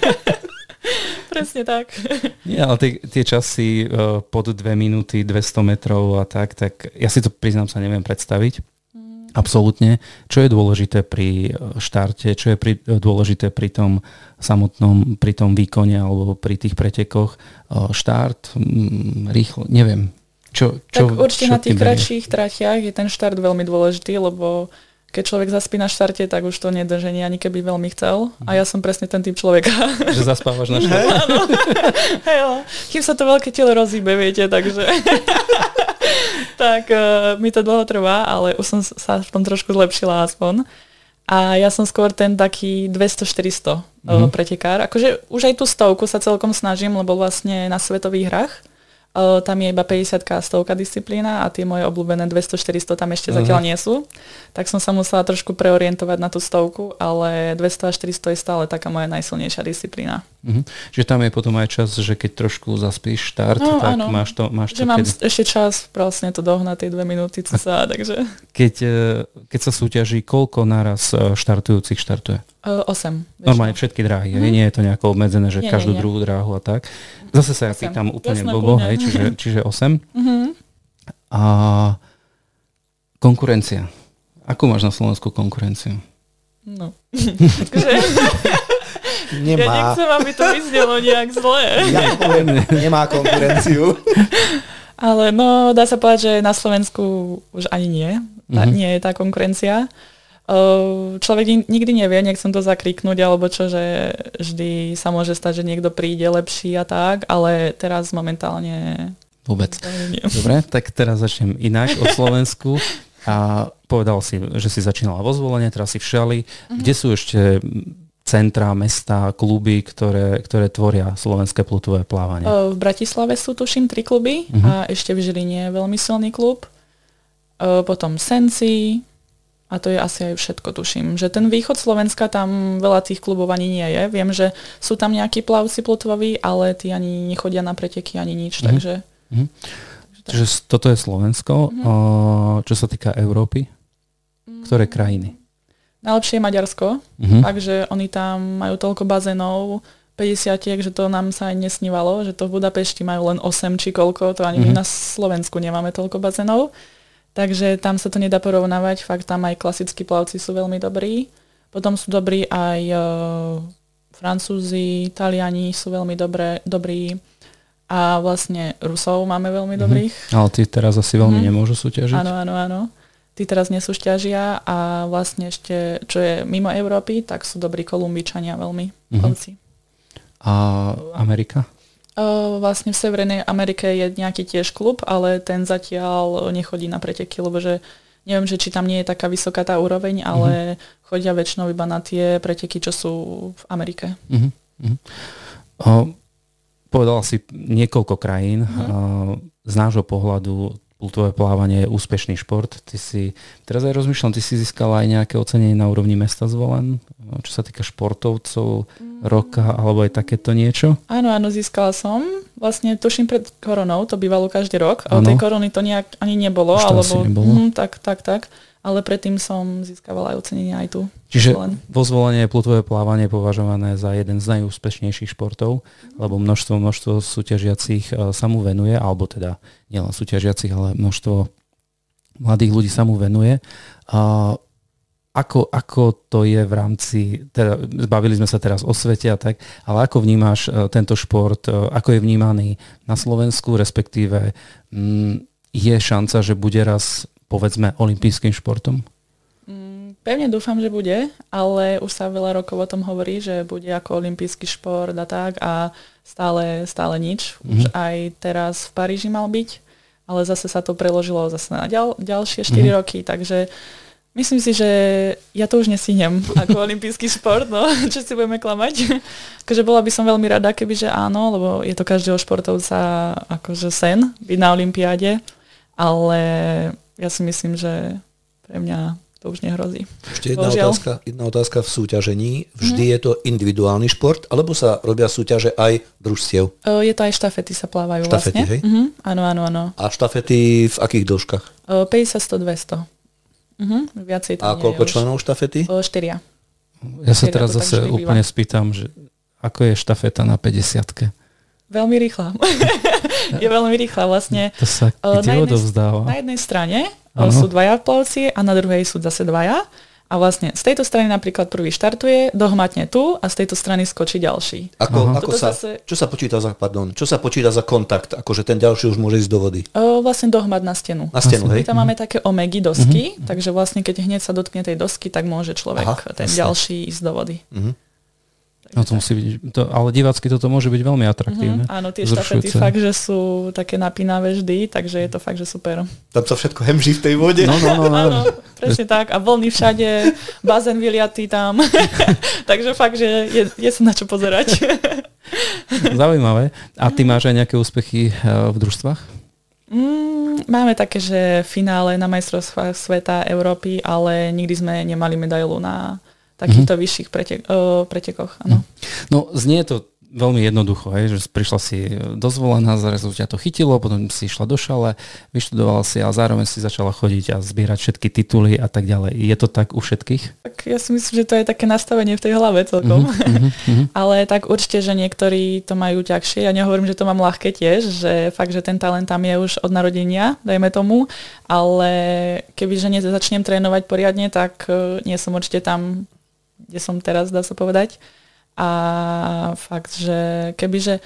Presne tak. Nie, ale tie časy pod 2 minúty, 200 metrov a tak ja si to priznám sa neviem predstaviť. Absolútne. Čo je dôležité pri štarte, čo je dôležité pri tom samotnom, pri tom výkone alebo pri tých pretekoch? Štart, rýchlo, neviem. Tak určite na tých kratších tratiach je ten štart veľmi dôležitý, lebo keď človek zaspí na štarte, tak už to nedrženie ani keby veľmi chcel. A ja som presne ten typ človeka. Že zaspávaš na štarte? Áno. Kým sa to veľké telo rozhýbe, viete, takže... tak mi to dlho trvá, ale už som sa v tom trošku zlepšila aspoň. A ja som skôr ten taký 200-400 pretekár. Akože už aj tú 100 sa celkom snažím, lebo vlastne na svetových hrách tam je iba 50 a 100 disciplína a tie moje obľúbené 200-400 tam ešte zatiaľ nie sú. Tak som sa musela trošku preorientovať na tú 100, ale 200 a 400 je stále taká moja najsilnejšia disciplína. Čiže tam je potom aj čas, že keď trošku zaspíš štart, tak áno. máš to že mám ešte čas vlastne to dohnať tie 2 minúty, takže... Keď sa súťaží, koľko naraz štartujúcich štartuje? 8. Normálne všetky dráhy, nie je to nejako obmedzené, že každú druhú dráhu a tak. Zase sa ja pýtam úplne blbo, čiže 8. A konkurencia. Akú máš na Slovensku konkurenciu? No. Nemá. Ja nechcem, aby to vyznelo nejak zle. Ja poviem, nemá konkurenciu. Ale no, dá sa povedať, že na Slovensku už ani nie. Nie je tá konkurencia. Človek nikdy nevie, nechcem to zakriknúť, alebo čo, že vždy sa môže stať, že niekto príde lepší a tak, ale teraz momentálne... Vôbec. Dobre, tak teraz začnem inak o Slovensku. A povedal si, že si začínala vo Zvolenie, teraz si v Šali. Kde sú ešte centra, mesta, kluby, ktoré tvoria slovenské plutové plávanie? V Bratislave sú tuším 3 kluby a ešte v Žiline je veľmi silný klub. Potom Senci a to je asi aj všetko, tuším. Že ten východ Slovenska, tam veľa tých klubov ani nie je. Viem, že sú tam nejakí plavci plutvoví, ale tí ani nechodia na preteky, ani nič, takže... Čiže toto je Slovensko. Čo sa týka Európy? Ktoré krajiny? Najlepšie je Maďarsko, takže oni tam majú toľko bazénov, 50, že to nám sa aj nesnívalo, že to v Budapešti majú len 8 či koľko, to ani my na Slovensku nemáme toľko bazénov. Takže tam sa to nedá porovnávať, fakt tam aj klasickí plavci sú veľmi dobrí. Potom sú dobrí aj Francúzi, Taliani sú veľmi dobrí a vlastne Rusov máme veľmi dobrých. Ale tí teraz asi veľmi nemôžu súťažiť. Áno. Tí teraz nesúťažia a vlastne ešte, čo je mimo Európy, tak sú dobrí Kolumbičania veľmi plavci. A Amerika? Vlastne v Severnej Amerike je nejaký tiež klub, ale ten zatiaľ nechodí na preteky, lebo že neviem, že či tam nie je taká vysoká tá úroveň, ale chodia väčšinou iba na tie preteky, čo sú v Amerike. Povedal si niekoľko krajín. Z nášho pohľadu pultové plávanie je úspešný šport. Teraz aj rozmýšľam, ty si získala aj nejaké ocenenie na úrovni mesta Zvolen, čo sa týka športovcov roka, alebo aj takéto niečo? Áno, získala som. Vlastne tuším pred koronou, to bývalo každý rok, ale tej korony to nejak ani nebolo. Už to asi nebolo. Tak. Ale predtým som získavala aj ocenenia aj tu. Čiže vo Zvolene je pultové plávanie považované za jeden z najúspešnejších športov, lebo množstvo súťažiacich sa mu venuje, alebo teda nielen súťažiacich, ale množstvo mladých ľudí sa mu venuje. Ako to je v rámci, teda bavili sme sa teraz o svete a tak, ale ako vnímaš tento šport, ako je vnímaný na Slovensku, respektíve je šanca, že bude raz, povedzme, olympijským športom? Pevne dúfam, že bude, ale už sa veľa rokov o tom hovorí, že bude ako olympijský šport a tak a stále nič. Už aj teraz v Paríži mal byť, ale zase sa to preložilo zase na ďalšie 4 roky, takže myslím si, že ja to už nesihnem ako olympijský šport, no, čo si budeme klamať. Akože bola by som veľmi rada, kebyže áno, lebo je to každého športovca akože sen byť na olympiáde, ale ja si myslím, že pre mňa to už nehrozí. Ešte jedna otázka v súťažení. Vždy je to individuálny šport, alebo sa robia súťaže aj družstiev? Je to aj štafety sa plávajú štafety, vlastne. Hej? Áno. A štafety v akých dĺžkach? 50, 100, 200. Viacej tam a koľko členov štafety? 4. Ja sa teraz zase úplne spýtam, že ako je štafeta na 50-ke? Veľmi rýchla. Je veľmi rýchla vlastne. To sa kde odovzdáva? Na jednej strane sú dvaja plavci a na druhej sú zase dvaja. A vlastne z tejto strany napríklad prvý štartuje, dohmatne tu a z tejto strany skočí ďalší. Čo sa počíta za kontakt? Akože ten ďalší už môže ísť do vody? Vlastne dohmat na stenu. Na stenu, hej? My tam máme také omegy dosky, takže vlastne keď hneď sa dotkne tej dosky, tak môže človek ďalší ísť do vody. No to musí byť, ale divácky toto môže byť veľmi atraktívne. Áno, tie štafety fakt, že sú také napínavé vždy, takže je to fakt, že super. Tam sa všetko hemží v tej vode. No. Áno, presne tak. A vlny všade, bazén vyliatý tam. Takže fakt, že je sa na čo pozerať. Zaujímavé. A ty máš aj nejaké úspechy v družstvách? Máme také, že finále na majstrovstvách sveta, Európy, ale nikdy sme nemali medailu na takýchto vyšších pretekoch. Áno. No, znie to veľmi jednoducho, že prišla si dozvolená, zrazu ťa to chytilo, potom si išla do šale, vyštudovala si a zároveň si začala chodiť a zbierať všetky tituly a tak ďalej. Je to tak u všetkých? Tak ja si myslím, že to je také nastavenie v tej hlave celkom. Ale tak určite, že niektorí to majú ťažšie. Ja nehovorím, že to mám ľahké tiež, že fakt, že ten talent tam je už od narodenia, dajme tomu, ale kebyže začnem trénovať poriadne, tak nie som určite tam, kde som teraz, dá sa povedať. A fakt, že kebyže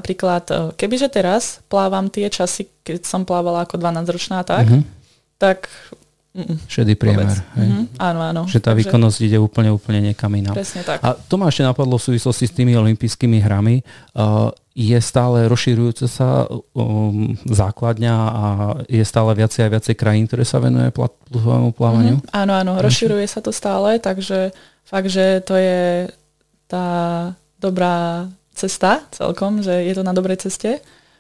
teraz plávam tie časy, keď som plávala ako 12-ročná tak šedý priemer. Áno. Že tá výkonnosť ide úplne niekam inám. Presne tak. A to ma ešte napadlo v súvislosti s tými olympijskými hrami. Je stále rozširujúca sa základňa a je stále viacej a viacej krajín, ktoré sa venuje pluhovému plávaniu? Áno, rozširuje sa to stále, takže fakt, že to je tá dobrá cesta celkom, že je to na dobrej ceste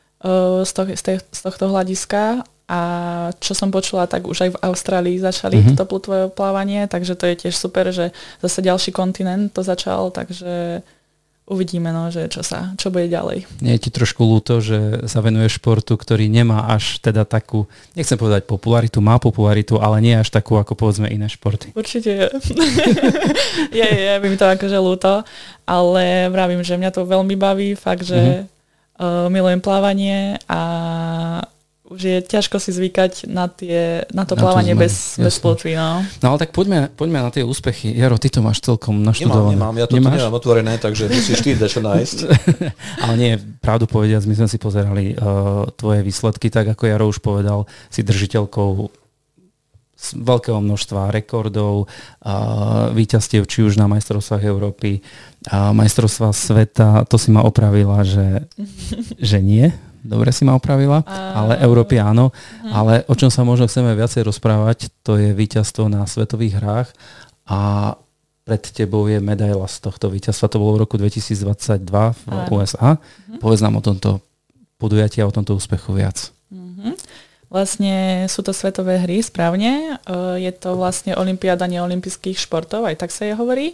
z tohto hľadiska. A čo som počula, tak už aj v Austrálii začali toto plutové plávanie, takže to je tiež super, že zase ďalší kontinent to začal, takže uvidíme, no, že čo bude ďalej. Nie je ti trošku ľúto, že sa venuje športu, ktorý nemá až teda takú, nechcem povedať popularitu, má popularitu, ale nie až takú, ako povedzme iné športy. Určite je. je mi to akože ľúto, ale vravím, že mňa to veľmi baví, fakt, že milujem plávanie a už je ťažko si zvykať na to plávanie bez plutvy. No ale tak poďme na tie úspechy. Jaro, ty to máš celkom naštudované. Nemám, ja to nemám otvorené, takže musíš ty dačo nájsť. Ale nie, pravdu povediac, my sme si pozerali tvoje výsledky, tak ako Jaro už povedal, si držiteľkou z veľkého množstva rekordov, víťazstiev, či už na majstrovstvách Európy, majstrovstvách sveta, to si ma opravila, že nie. Dobre si ma opravila, ale Európy áno. Ale o čom sa možno chceme viacej rozprávať, to je víťazstvo na svetových hrách a pred tebou je medaila z tohto víťazstva. To bolo v roku 2022 v USA. Povedz nám o tomto podujatí a o tomto úspechu viac. Vlastne sú to svetové hry, správne. Je to vlastne olympiáda neolympijských športov, aj tak sa je hovorí.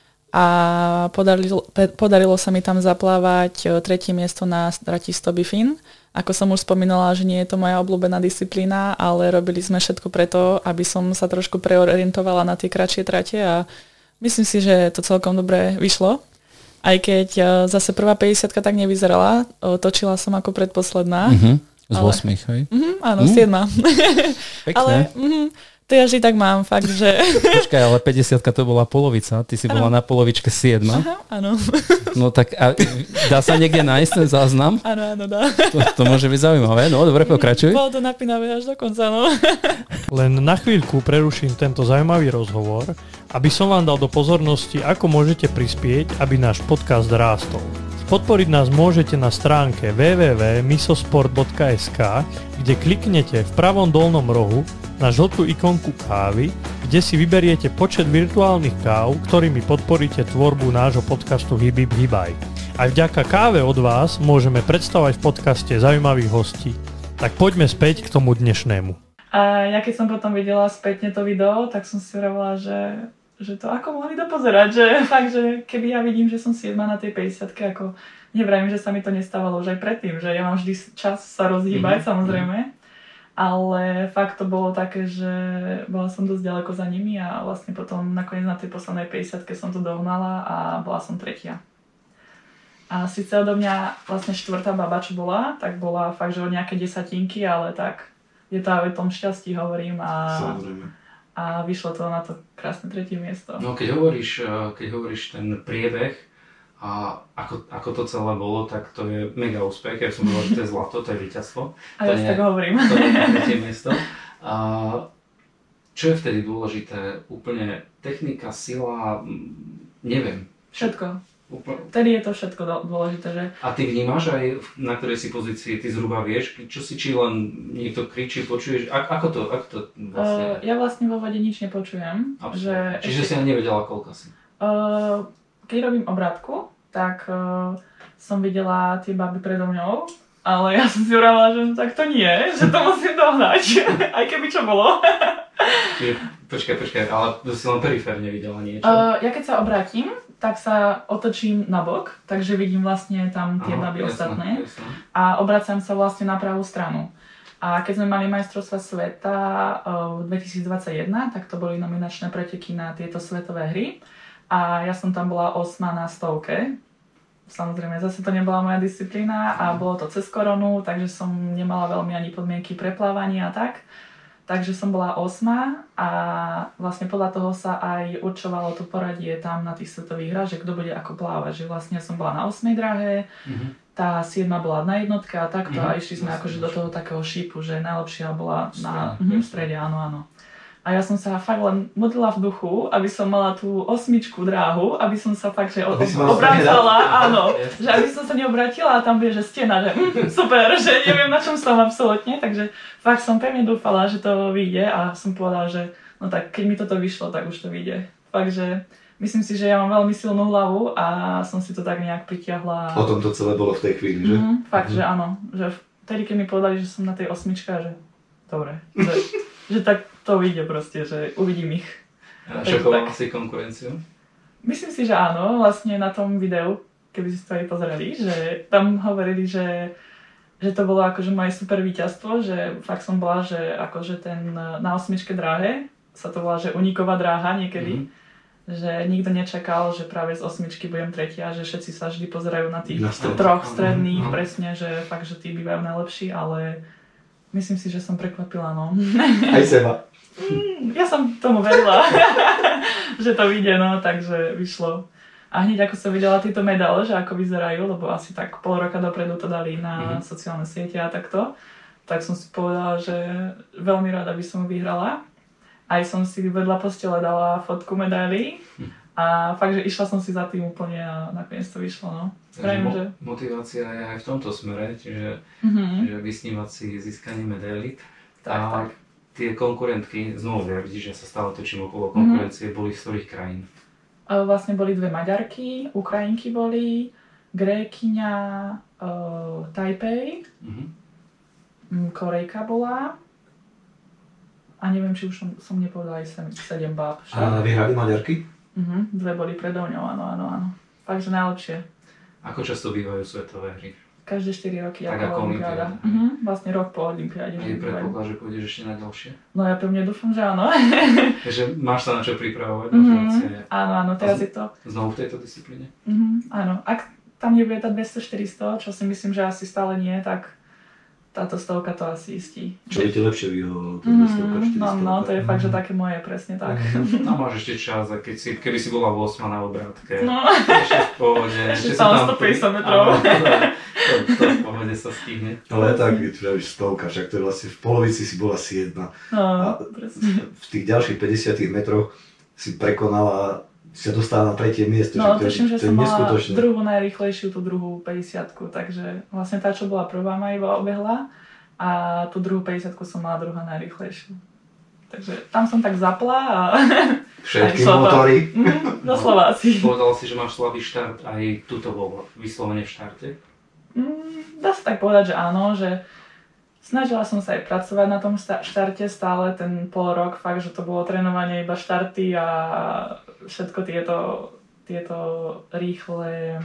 A podarilo sa mi tam zaplávať 3. miesto na Ratisto Bifin. Ako som už spomínala, že nie je to moja obľúbená disciplína, ale robili sme všetko preto, aby som sa trošku preorientovala na tie kratšie trate a myslím si, že to celkom dobre vyšlo. Aj keď zase prvá 50-ka tak nevyzerala, točila som ako predposledná. Z 8, hej? Áno, 7. Pekné. Ale to ja vždy tak mám, fakt, že... Počkaj, ale 50-ka to bola polovica, ty si bola na polovičke 7. Aha, áno. No tak a dá sa niekde nájsť ten záznam? Áno, dá. To môže byť zaujímavé, no dobre, pokračuj. Bolo to napínavé až do konca, no. Len na chvíľku preruším tento zaujímavý rozhovor, aby som vám dal do pozornosti, ako môžete prispieť, aby náš podcast rástol. Podporiť nás môžete na stránke www.misosport.sk, kde kliknete v pravom dolnom rohu na žltú ikonku kávy, kde si vyberiete počet virtuálnych káv, ktorými podporíte tvorbu nášho podcastu Hib Hib Hibaj. Aj vďaka káve od vás môžeme predstavovať v podcaste zaujímavých hostí. Tak poďme späť k tomu dnešnému. A ja keď som potom videla spätne to video, tak som si hovorila, že to ako mohli dopozerať, že fakt, že keby ja vidím, že som 7 na tej 50-ke, ako nevrajím, že sa mi to nestávalo už aj predtým, že ja mám vždy čas sa rozhýbať, samozrejme, ale fakt to bolo také, že bola som dosť ďaleko za nimi a vlastne potom nakoniec na tej poslednej 50-ke som to dohnala a bola som 3. A síce odo mňa vlastne 4. baba, čo bola, tak bola fakt, že o nejaké desatinky, ale tak je to aj o tom šťastí, hovorím. A vyšlo to na to krásne 3. miesto. No keď hovoríš ten priebeh a ako to celé bolo, tak to je mega úspech. Ja som povedal, že to je zlato, to je víťazstvo. A ja si tak hovorím. To je 3. miesto. A čo je vtedy dôležité? Úplne technika, sila, neviem. Všetko. Vtedy je to všetko dôležité, že... A ty vnímaš aj, na ktorej si pozícii, ty zhruba vieš, čo si, či len niekto kričí, počuješ, ako to vlastne? Ja vlastne vo vode nič nepočujem. Čiže si ani nevedela, koľko si? Keď robím obrátku, tak som videla tie baby predo mňou, ale ja som si hovorila, že tak to nie, že to musím dohnať, aj keby čo bolo. Počkaj, ale si len periférne videla niečo? Ja keď sa obrátim, tak sa otočím na bok, takže vidím vlastne tam tie baby ostatné. Jasne. A obracam sa vlastne na pravú stranu. A keď sme mali majstrovstvá sveta v 2021, tak to boli nominačné preteky na tieto svetové hry. A ja som tam bola 8 na 100. Samozrejme, zase to nebola moja disciplína a bolo to cez koronu, takže som nemala veľmi ani podmienky pre plávanie a tak. Takže som bola 8 a vlastne podľa toho sa aj určovalo to poradie tam na tých svetových hrách, že kto bude ako plávať. Že vlastne som bola na 8 dráhe, tá 7 bola na jednotke a takto a išli sme akože do toho takého šípu, že najlepšia bola na strede, áno. A ja som sa fakt len modlila v duchu, aby som mala tú 8 dráhu, aby som sa fakt, že obracala, áno, že aby som sa neobratila a tam bude, že stena, že super, že neviem na čom som absolútne, takže fakt som pevne dúfala, že to vyjde a som povedala, že no tak keď mi toto vyšlo, tak už to vyjde. Fakt, že myslím si, že ja mám veľmi silnú hlavu a som si to tak nejak pritiahla. O tom to celé bolo v tej chvíli, že? Fakt, že áno, že vtedy keď mi povedali, že som na tej 8, že dobre, že tak to vyjde proste, že uvidím ich. A šokovala si konkurenciu? Myslím si, že áno, vlastne na tom videu, keby si to aj pozreli, že tam hovorili, že to bolo akože moje super víťazstvo, že fakt som bola, že akože ten na 8 dráhe sa to volá, že uniková dráha niekedy, že nikto nečakal, že práve z 8 budem tretia, že všetci sa vždy pozerajú na tých troch stredných, presne, že fakt, že tí bývajú najlepší, ale myslím si, že som prekvapila, no. Aj seba. Ja som tomu verila, že to vyjde, no, takže vyšlo. A hneď ako som videla tieto medále, že ako vyzerajú, lebo asi tak pol roka dopredu to dali na sociálne siete a takto, tak som si povedala, že veľmi rada by som vyhrala. Aj som si vedľa postele dala fotku medailí a fakt, že išla som si za tým úplne a nakoniec to vyšlo, no. Takže motivácia je aj v tomto smere, čiže že vysnívať si získanie medailí. Tak. Tie konkurentky, znovu vidíš, že sa stále točím okolo konkurencie, boli z ktorých krajín? Vlastne boli 2 Maďarky, Ukrajinky boli, Grékyňa, Taipei, Korejka bola a neviem, či už som nepovedala aj 7 báb. A vyhrali Maďarky? 2 boli predo mňou, áno. Takže najlepšie. Ako často bývajú svetové hry? Každé 4 roky tak ako olympiáda. Vlastne rok po olympiáde. A je predpoklad, že pôjdeš ešte na ďalšie? No ja pevne dúfam, že áno. Takže máš sa na čo pripravovať? Áno, teraz je to. Znovu v tejto disciplíne? Áno, ak tam nebude tá 200-400, čo si myslím, že asi stále nie, tak táto stovka to asi istí. Čo by ti lepšie vyhovovalo? No, to je fakt, že také moje, presne tak. No máš ešte čas, a keby si bola 8 na obrátke, no. Ešte v pohode. Ešte tam 150 metrov. To v pohode sa stihne. Ale tak, keď stovka, však to je vlastne v polovici si bola si jedna. No, presne. V tých ďalších 50 metroch si prekonala, si sa dostala na 3. miesto. No, tuším, že som mala druhú najrýchlejšiu, tú druhú 50-ku, takže vlastne tá, čo bola prvá, ma iba obehla a tú druhú 50-ku som mala druhá najrýchlejšiu. Takže tam som tak zapla a... Všetky motory. Do Slováci. Povedal si, že máš slabý štart aj tuto bolo vyslovene v štarte? Dá sa tak povedať, že áno, že snažila som sa aj pracovať na tom štarte stále ten pol rok, fakt, že to bolo trénovanie iba štarty a všetko tieto rýchle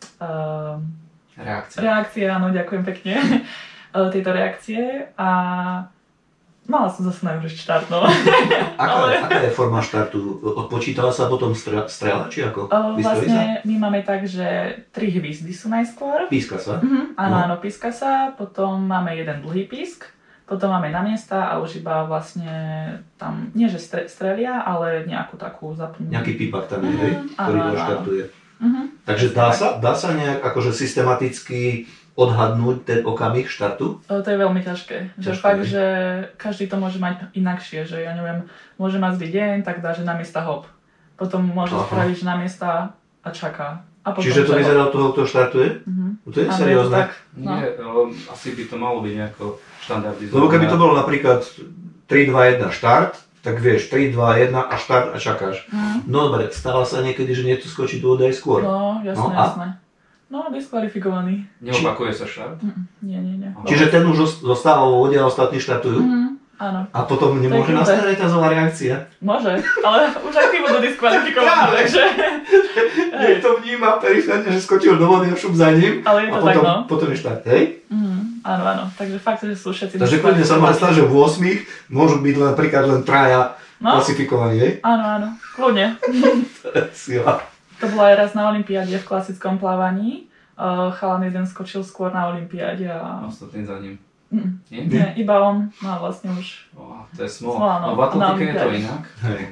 reakcie, áno, ďakujem pekne, tieto reakcie a mala som zase najúžiť štart, no. Aká je forma štartu? Odpočítala sa potom strela, či ako? Vlastne my máme tak, že 3 hviezdy sú najskôr. Píska sa? Áno, píska sa, potom máme jeden dlhý písk, potom máme na miesta a už iba vlastne tam, nie že strelia, ale nejakú takú zapnú. Nejaký pípak tam je, ktorý ho štartuje. Takže dá sa nejak akože systematicky odhadnúť ten okamih štartu? To je veľmi ťažké. Že fakt, že každý to môže mať inakšie, že ja neviem, môže mať zlý deň, tak dá, že na miesta hop. Potom môže spraviť, že na miesta a čaká. A potom čiže to vyzerá od toho, kto štartuje? To je seriózne? No. Nie, asi by to malo byť nejako štandardizované. Lebo keby to bolo napríklad 3, 2, 1 štart, tak vieš, 3, 2, 1 a štart a čakáš. No dobre, stáva sa niekedy, že niekto skočí do vody aj skôr. No, jasné. No, diskvalifikovaný. Neopakuje sa štart? Nie. Čiže ten už zostáva vo vode a ostatní štartujú? Áno. A potom nemôže nastať retazová reakcia? Môže, ale už aj tí budú diskvalifikovaní, takže... Niekto vníma periférne, že skočil do vody a šup za ním. Ale je to a potom, potom je štart, hej? Áno, takže fakt, že sú všetci takže kľudne sa má stať, že v 8 môžu byť napríklad len 3 klasifikovaní, hej? Áno, kľudne. Sila. To bolo aj raz na olympiáde v klasickom plávaní. Chalan jeden skočil skôr na olympiáde a... Ostatný za ním. Nie, iba on. No vlastne už... To je smola. No v atletike je to inak.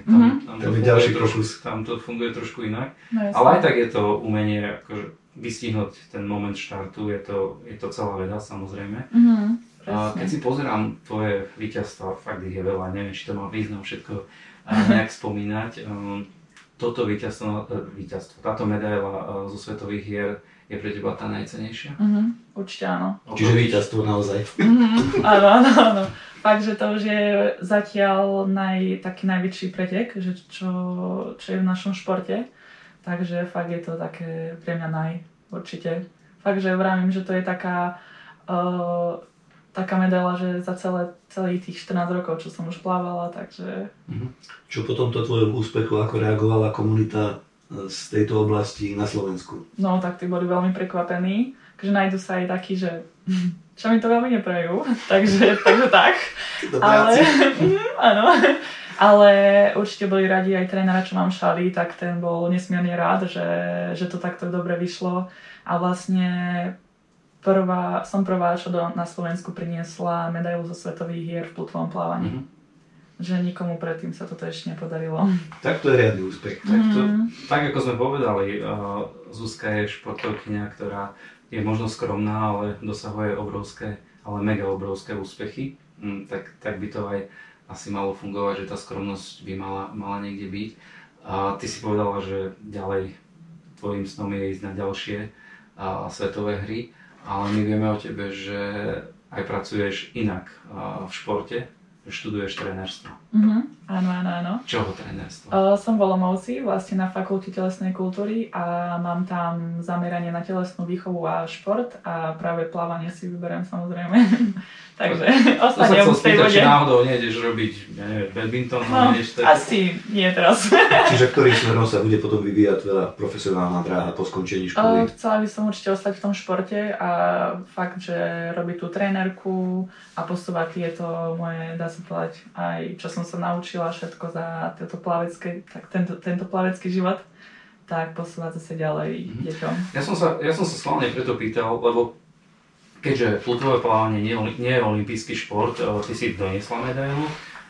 Tam to funguje trošku inak. No, ale aj tak je to umenie akože vystihnúť ten moment štartu. Je to celá veda, samozrejme. Keď si pozerám tvoje víťazstva, fakt ich je veľa, neviem, či to má význam všetko nejak spomínať. Toto víťazstvo, táto medaila zo svetových hier je pre teba tá najcennejšia? Určite áno. Čiže víťazstvo naozaj. Áno. Fakt, že to už je zatiaľ taký najväčší pretek, že čo je v našom športe. Takže fakt je to také pre mňa určite. Fakt, že vravím, že to je taká medaila, že za celých tých 14 rokov, čo som už plávala, takže... Čo po tomto tvojom úspechu, ako reagovala komunita z tejto oblasti na Slovensku? No, tak tí boli veľmi prekvapení, že nájdu sa aj takí, že čo mi to veľmi neprajú, takže tak. Ale, áno. Ale určite boli radi aj trénera, čo mám Šali, tak ten bol nesmierne rád, že to takto dobre vyšlo. A vlastne som prvá, čo na Slovensku priniesla medailu zo svetových hier v plutovom plávaní. Že nikomu predtým sa toto ešte nepodarilo. Tak to je riadny úspech. Tak ako sme povedali, Zuzka je športovkyňa, ktorá je možno skromná, ale dosahuje obrovské, ale mega obrovské úspechy. Tak by to aj asi malo fungovať, že tá skromnosť by mala niekde byť. A ty si povedala, že ďalej tvojim snom je ísť na ďalšie svetové hry, ale my vieme o tebe, že aj pracuješ inak v športe, že študuješ trénerstvo. Áno. Čoho trénerstvo? Som v Olomouci, vlastne na fakulte telesnej kultúry a mám tam zameranie na telesnú výchovu a šport a práve plávanie si vyberiem samozrejme. Takže ostanem v tej vode. Či náhodou nejdeš robiť, badminton? Asi nie teraz. Čiže ktorým smerom sa bude potom vyvíjať veľa profesionálna dráha po skončení školy? Chcela by som určite ostať v tom športe a fakt, že robiť tú trénerku a posúvať tieto moje, dá sa povedať, aj čo som sa naučila všetko za tento plavecký život, tak posúvať zase ďalej deťom. Ja som sa schválne preto pýtal, lebo keďže plutové plávanie nie je olympijský šport, ty si doniesla medailu.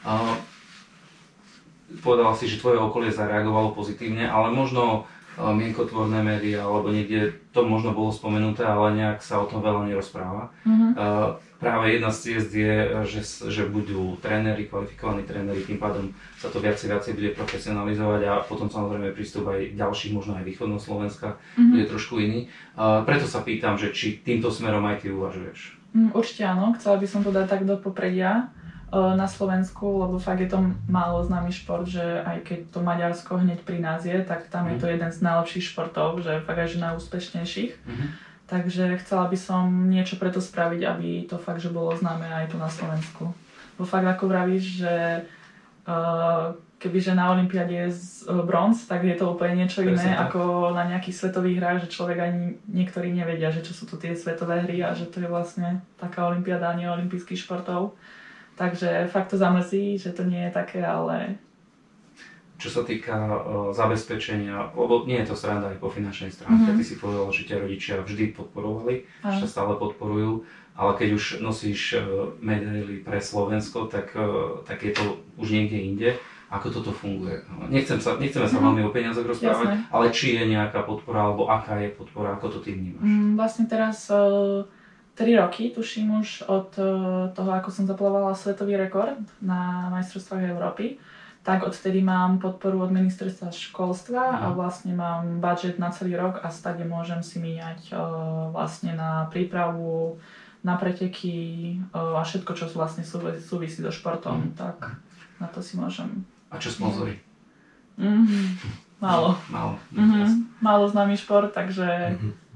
Povedala si, že tvoje okolie zareagovalo pozitívne, ale možno mienkotvorné médiá, alebo niekde to možno bolo spomenuté, ale nejak sa o tom veľa nerozpráva. Práve jedna z ciest je, že budú tréneri, kvalifikovaní tréneri, tým pádom sa to viacej bude profesionalizovať a potom samozrejme prístup aj ďalších, možno aj východného Slovenska, bude trošku iný. Preto sa pýtam, že či týmto smerom aj ty uvažuješ. Určite áno, chcela by som to dať tak do popredia na Slovensku, lebo fakt je to málo známy šport, že aj keď to Maďarsko hneď pri nás je, tak tam je to jeden z najlepších športov, že fakt aj že najúspešnejších. Takže chcela by som niečo preto spraviť, aby to fakt, že bolo známe aj tu na Slovensku. Bo fakt ako vravíš, že kebyže na olympiáde je bronz, tak je to úplne niečo iné ako na nejakých svetových hrách, že človek ani niektorí nevedia, že čo sú tu tie svetové hry a že to je vlastne taká olympiáda, nie olympijských športov. Takže fakt to zamrzí, že to nie je také, ale... Čo sa týka zabezpečenia, lebo nie je to sranda aj po finančnej stránke, ty si povedal, že ťa rodičia vždy podporovali, že sa stále podporujú, ale keď už nosíš medaily pre Slovensko, tak je to už niekde inde. Ako toto funguje? Nechceme sa veľmi o peniazoch rozprávať, ale či je nejaká podpora, alebo aká je podpora, ako to ty vnímaš? Vlastne teraz 3 roky, tuším už od toho, ako som zaplávala svetový rekord na majstrovstvách Európy, tak odtedy mám podporu od ministerstva školstva a vlastne mám budget na celý rok a stade môžem si míňať vlastne na prípravu, na preteky a všetko, čo vlastne súvisí so športom, tak na to si môžem. A čo sponzory? Málo. Málo známy šport, takže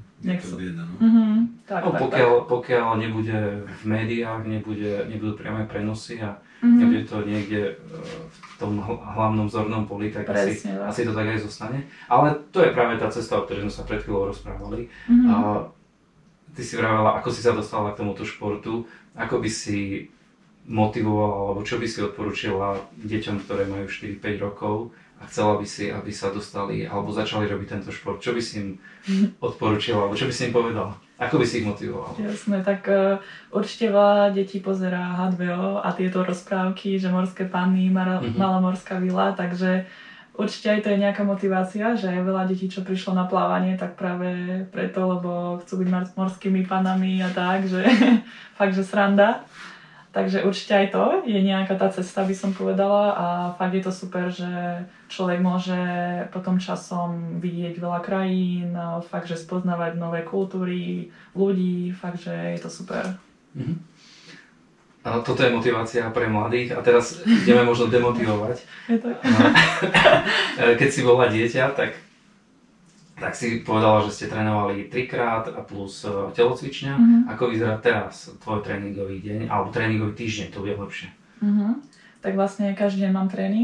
pokiaľ nebude v médiách, nebudú priame prenosy a nebude to niekde v tom hlavnom zornom poli, tak asi to tak aj zostane. Ale to je práve tá cesta, o ktorej sme sa pred chvíľou rozprávali. A ty si vravela, ako si sa dostala k tomuto športu, ako by si motivovala, alebo čo by si odporúčila deťom, ktoré majú 4-5 rokov a chcela by si, aby sa dostali alebo začali robiť tento šport. Čo by si im odporúčila, alebo čo by si im povedala? Ako by si ich motivovala? Jasné, tak určite veľa detí pozerá H2O a tieto rozprávky, že morské panny, malá morská vila, takže určite aj to je nejaká motivácia, že je veľa detí, čo prišlo na plávanie, tak práve preto, lebo chcú byť morskými panami a tak, že fakt, že sranda. Takže určite aj to je nejaká tá cesta, by som povedala, a fakt je to super, že človek môže potom časom vidieť veľa krajín, fakt, že spoznávať nové kultúry, ľudí, fakt, že je to super. A toto je motivácia pre mladých a teraz ideme možno demotivovať. Je tak. Keď si bola dieťa, tak si povedala, že ste trénovali 3-krát a plus telocvičňa. Ako vyzerá teraz tvoj tréningový deň alebo tréningový týždeň, to bude lepšie? Tak vlastne každý deň mám tréning.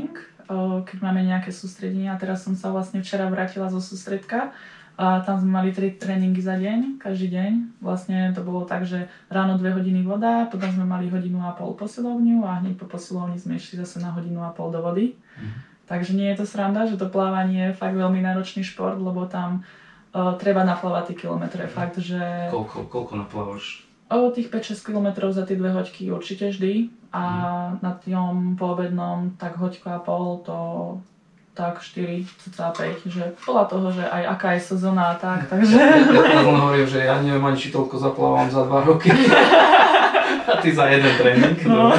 keď máme nejaké sústredenia. Teraz som sa vlastne včera vrátila zo sústredka a tam sme mali 3 tréningy za deň, každý deň. Vlastne to bolo tak, že ráno 2 hodiny voda, potom sme mali 1,5 hodinu posilovňu a hneď po posilovni sme išli zase na 1,5 hodinu do vody. Takže nie je to sranda, že to plávanie je fakt veľmi náročný šport, lebo tam treba naplávať tie kilometre. Fakt, že... Koľko naplávaš? Tých 5-6 kilometrov za tie 2 hoďky určite vždy. A na tom poobednom tak 1,5 hodiny to tak 4, 5, že podľa toho, že aj aká je sezóna a tak, takže... Ja len hovorím, že ja neviem ani či toľko zaplávam za 2 roky. A ty za jeden tréning. No.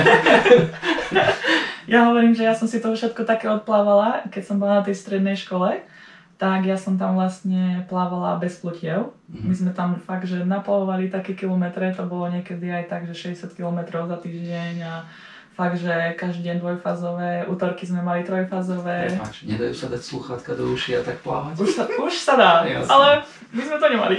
Ja hovorím, že ja som si to všetko také odplávala, keď som bola na tej strednej škole, tak ja som tam vlastne plávala bez plutiev. My sme tam fakt, že naplavovali také kilometre, to bolo niekedy aj tak, že 60 kilometrov za týždeň a fakt, že každý deň dvojfázové, útorky sme mali trojfázové. Prepáč, nedajú sa dať sluchátka do uši a tak plávať? Už sa dá, Jasne. ale my sme to nemali.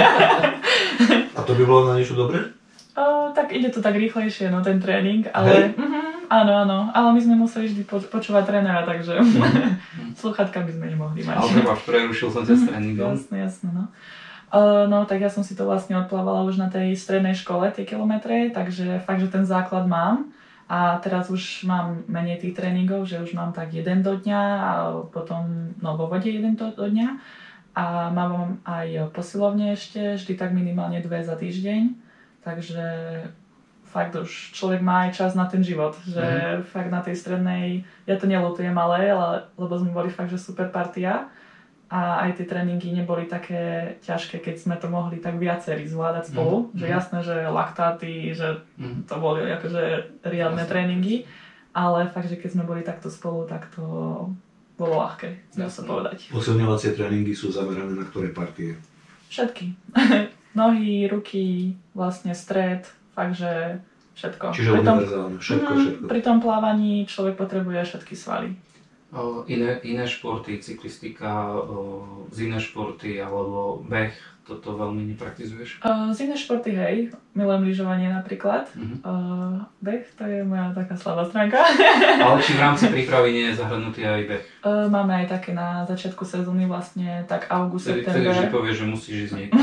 A to by bolo na niečo dobré? Tak ide to tak rýchlejšie, no ten tréning, ale áno, ale my sme museli vždy počúvať trénera, takže sluchátka by sme nemohli mať. Ale prepáč, prerušil som ťa s tréningom. Jasné, no. No tak ja som si to vlastne odplávala už na tej strednej škole, tie kilometre, takže fakt, že ten základ mám. A teraz už mám menej tých tréningov, že už mám tak 1 do dňa a potom vo vode 1 do dňa. A mám aj posilovne ešte, vždy tak minimálne 2 za týždeň. Takže fakt už človek má aj čas na ten život, že fakt na tej strednej, ja to neľutujem ale lebo sme boli fakt, že super partia. A aj tie tréningy neboli také ťažké, keď sme to mohli tak viacerí zvládať spolu. Že jasné, že laktáty, že to boli akože riadne tréningy. Ale fakt, že keď sme boli takto spolu, tak to bolo ľahké, dá sa povedať. Posilňovacie tréningy sú zamerané na ktoré partie? Všetky. Nohy, ruky, vlastne stred, fakt, že všetko. Čiže univerzálne, všetko. Pri tom plávaní človek potrebuje všetky svaly. Iné športy, cyklistika, iné športy alebo beh, toto veľmi nepraktizuješ? Iné športy, hej, milujem lyžovanie napríklad. Beh, to je moja taká slabá stránka. Ale či v rámci prípravy nie je zahrnutý aj beh? Máme aj také na začiatku sezóny, vlastne tak august, september. Vtedy vždy povieš, že musíš ísť niekam.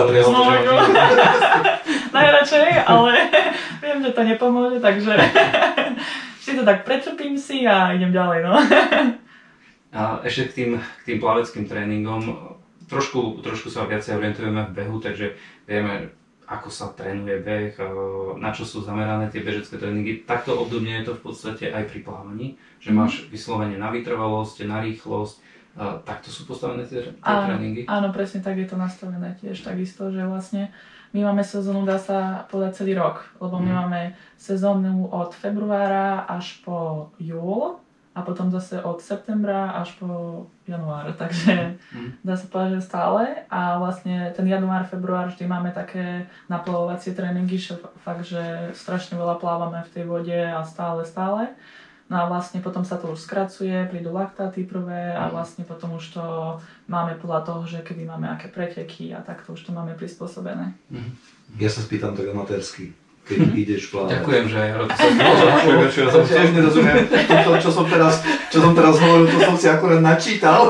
Najradšej, ale viem, že to nepomôže, takže si to tak pretrpím si a idem ďalej, no. A ešte k tým plaveckým tréningom, trošku sa viacej orientujeme v behu, takže vieme, ako sa trénuje beh, na čo sú zamerané tie bežecké tréningy. Takto obdobne je to v podstate aj pri plávaní, že máš vyslovene na vytrvalosť, na rýchlosť, takto sú postavené tie tréningy? Áno, presne tak je to nastavené tiež takisto, že vlastne my máme sezónu, dá sa povedať, celý rok, lebo my máme sezónu od februára až po júl a potom zase od septembra až po január, takže dá sa povedať, že stále. A vlastne ten január, február vždy máme také naplavovacie tréningy, že fakt, že strašne veľa plávame v tej vode a stále. No a vlastne potom sa to už skracuje, prídu laktáty prvé a vlastne potom už to máme podľa toho, že kedy máme aké preteky a takto už to máme prispôsobené. Ja sa spýtam tak amatérsky, keď ideš plávať. Ďakujem, že aj Ja som tiež nerozumiem. Čo som teraz hovoril, to som si akurát načítal.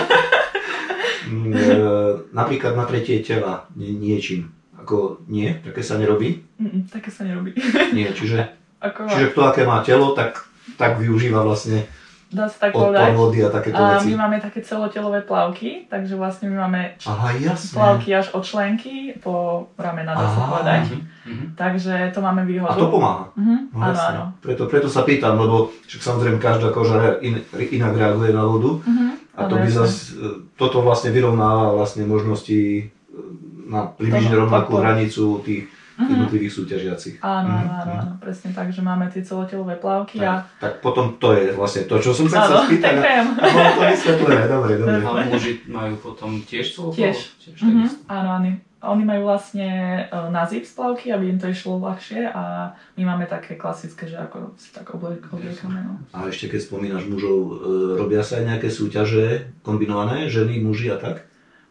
Napríklad na tretie tela niečím. Ako nie? Také sa nerobí? Také sa nerobí. Nie, čiže kto aké má telo, tak využíva vlastne dá sa tak povedať. Vody a takéto veci. My máme také celotelové plavky, takže vlastne my máme plavky až od členky po ramena, dá sa povedať. Takže to máme výhodu. A to pomáha. Áno. Preto sa pýtam, lebo však samozrejme každá koža inak reaguje na vodu. A to by toto vlastne vyrovnáva vlastne možnosti na približne rovnakú hranicu tých jednotlivých súťažiacich. Áno, presne tak, že máme tie celotelové plavky tak potom to je vlastne to, čo som sa chcel spýtať. A bolo to vysvetlené, dobre. Ale muži majú potom tiež celotelové? Tiež. Áno. Oni majú vlastne na zip plavky, aby im to išlo ľahšie a my máme také klasické, že ako si tak obliekame. No. A ešte keď spomínaš mužov, robia sa aj nejaké súťaže kombinované, ženy, muži a tak?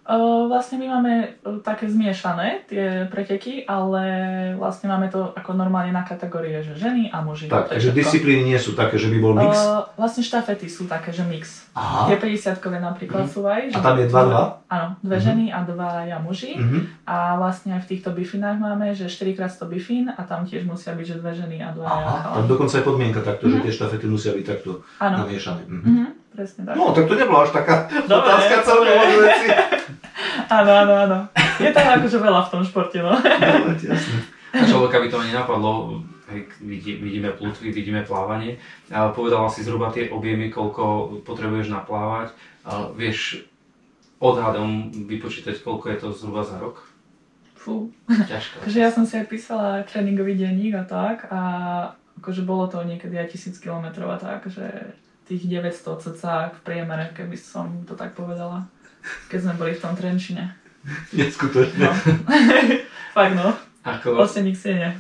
Vlastne my máme také zmiešané tie preteky, ale vlastne máme to ako normálne na kategórie, že ženy a muži. Tak, takže disciplíny nie sú také, že by bol mix? Vlastne štafety sú také, že mix. Aha. Tie 50-kové napríklad sú aj. A tam je 2-2? Áno, 2 ženy a 2 muži. A vlastne aj v týchto bifinách máme, že 4x100 bifín a tam tiež musia byť, že 2 ženy a 2 chalani. Tak dokonca je podmienka takto, že tie štafety musia byť takto namiešané. Presne tak. No, tak to nebola až taká otázka celkom od veci. Áno. Je tam akože veľa v tom športe, no. No, jasne. A človeka by to ani napadlo, vidíme plutvy, vidíme plávanie. Povedala si zhruba tie objemy, koľko potrebuješ naplávať. Vieš odhadom vypočítať, koľko je to zhruba za rok? Fú. Ťažko. Takže ja som si aj písala tréningový denník a tak a akože bolo to niekedy aj 1000 km a tak, že tých 900 cca v priemere, keby som to tak povedala, keď sme boli v tom Trenčine. Neskutočne. No. Fakt no. Ako... Oseník siene.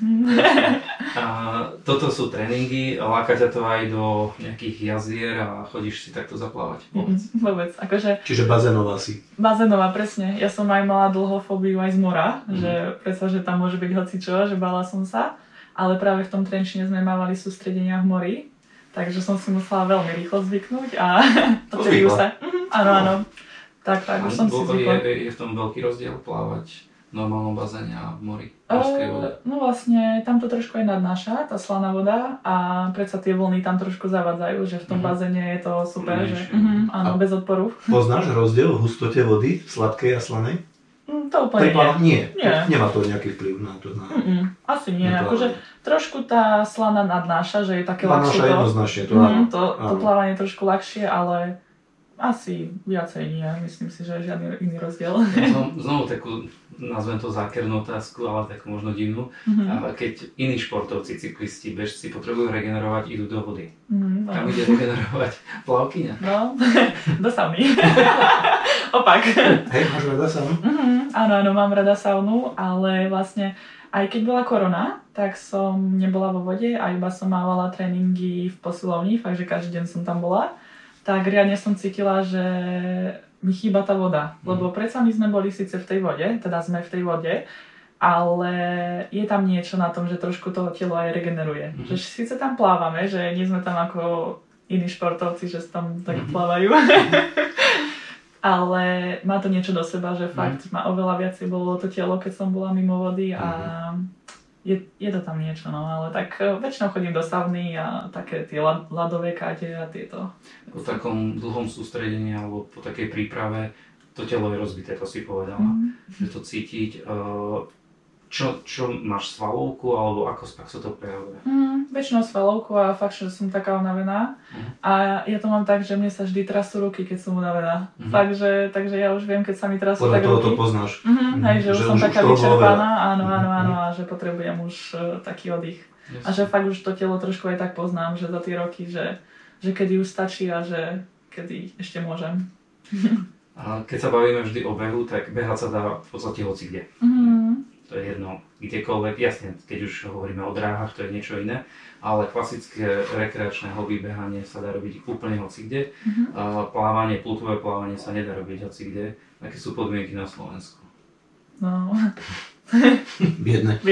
Toto sú tréningy, láka ťa to aj do nejakých jazier a chodíš si takto zaplávať? Vôbec. Akože... Čiže bazénová si. Bazénová, presne. Ja som aj mala dlho fóbiu aj z mora, že predsa, že tam môže byť hocičo, že bála som sa. Ale práve v tom Trenčine sme mávali sústredenia v mori, takže som si musela veľmi rýchlo zvyknúť a odtedy už sa... Áno. Tak, už som si zvykla. Je v tom veľký rozdiel plávať v normálnom bazéne a v mori, morskej vode? No vlastne, tam to trošku aj nadnáša, tá slaná voda a predsa tie vlny tam trošku zavadzajú, že v tom bazéne je to super, že áno, bez odporu. Poznáš rozdiel v hustote vody, sladkej a slanej? To úplne nie. Nemá to nejaký vplyv na to. Asi nie, akože trošku tá slana nadnáša, že je také ľahšie to. Jednoznačne, to plávanie je trošku ľahšie, ale asi viacej nie, myslím si, že je žiadny iný rozdiel. Znovu takú, nazvem to zákernú otázku, ale takú možno divnú. Keď iní športovci, cyklisti, bežci potrebujú regenerovať, idú do vody. Kam ide regenerovať plavkyňa? No, do sauny. Opak. Hej, máš rada saunu? Áno, mám rada saunu, ale vlastne aj keď bola korona, tak som nebola vo vode a iba som mávala tréningy v posilovni, fakt, že každý deň som tam bola. Tak riadne som cítila, že mi chýba tá voda. Lebo predsa my sme boli síce v tej vode, teda sme v tej vode, ale je tam niečo na tom, že trošku to telo aj regeneruje. Že síce tam plávame, že nie sme tam ako iní športovci, že tam tak plávajú. Ale má to niečo do seba, že fakt ma oveľa viacej bolo to telo, keď som bola mimo vody a je to tam niečo, no, ale tak väčšinou chodím do sauny a také tie ľadové káte a tieto. Po takom dlhom sústredení alebo po takej príprave to telo je rozbité, to si povedala, že to cítiť. Čo máš, svalovku alebo ako sa to prejavuje? Väčšinou svalovku a fakt, že som taká unavená. A ja to mám tak, že mne sa vždy trasú ruky, keď som unavená. Takže ja už viem, keď sa mi trasú tak ruky. Podľa toho to poznáš. Hej, že už som taká vyčerpaná, áno, a že potrebujem už taký oddych. Yes. A že fakt už to telo trošku aj tak poznám, že za tie roky, že kedy už stačí a že kedy ešte môžem. A keď sa bavíme vždy o behu, tak behať sa dá v podstate hocikde. To je jedno, kdekoľvek, jasne, keď už hovoríme o dráhach, to je niečo iné, ale klasické rekreačné hobby, behanie sa dá robiť úplne hocikde. Plávanie, plutové plávanie sa nedá robiť hocikde. Aké sú podmienky na Slovensku? No... Biedne.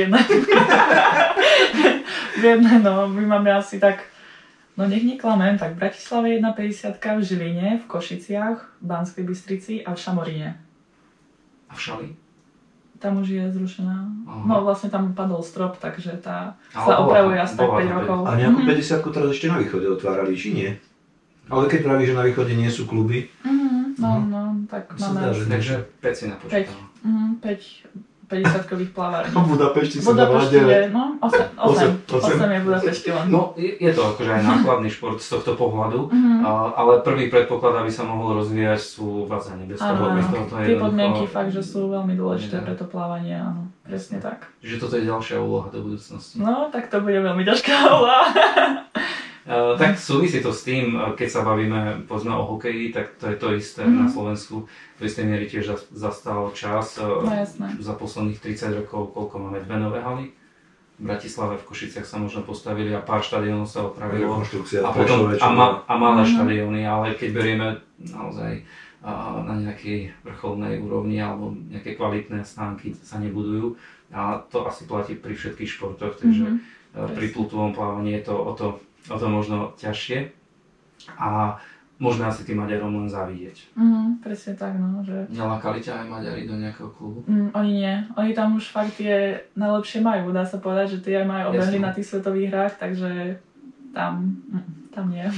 Biedne, no, my máme asi tak, no nech neklamem, tak v Bratislave 1,50, v Žiline, v Košiciach, v Banskej Bystrici a v Šamoríne. A v Šali? Tam už je zrušená. No vlastne tam padol strop, takže tá sa opravuje asi tak 5 rokov. A nejakú 50-ku teraz ešte na východe otvárali, či nie? Ale keď praví, že na východe nie sú kluby. No, tak máme... Takže 5 si napočítala. 5 50-kových plavární. A Budapešti sa Budapešti je, no, 8 je Budapešti len. No, je to akože aj nákladný šport z tohto pohľadu, ale prvý predpoklad, aby sa mohol rozvíjať, sú bazény. Bez toho to je tie podmienky fakt, že sú veľmi dôležité pre to plávanie, áno, presne tak. Čiže toto je ďalšia úloha do budúcnosti. No, tak to bude veľmi ťažká úloha. Tak súvisí to s tým, keď sa bavíme povedzme o hokeji, tak to je to isté na Slovensku. Do istej miery tiež zastal čas. Za posledných 30 rokov, koľko máme 2 nové haly. V Bratislave, v Košiciach sa možno postavili a pár štadiónov sa opravilo. A malé štadióny, ale keď berieme naozaj na nejakej vrcholnej úrovni alebo nejaké kvalitné stánky sa nebudujú. A to asi platí pri všetkých športoch, takže pri plutovom plávaní je to o to možno ťažšie. A môžeme asi tým Maďarom len závidieť. Presne tak, no. Že... Nelákali ťa aj Maďari do nejakého klubu? Oni nie. Oni tam už fakt tie najlepšie majú, dá sa povedať, že tie aj majú obehli na tých svetových hrách, takže tam nie.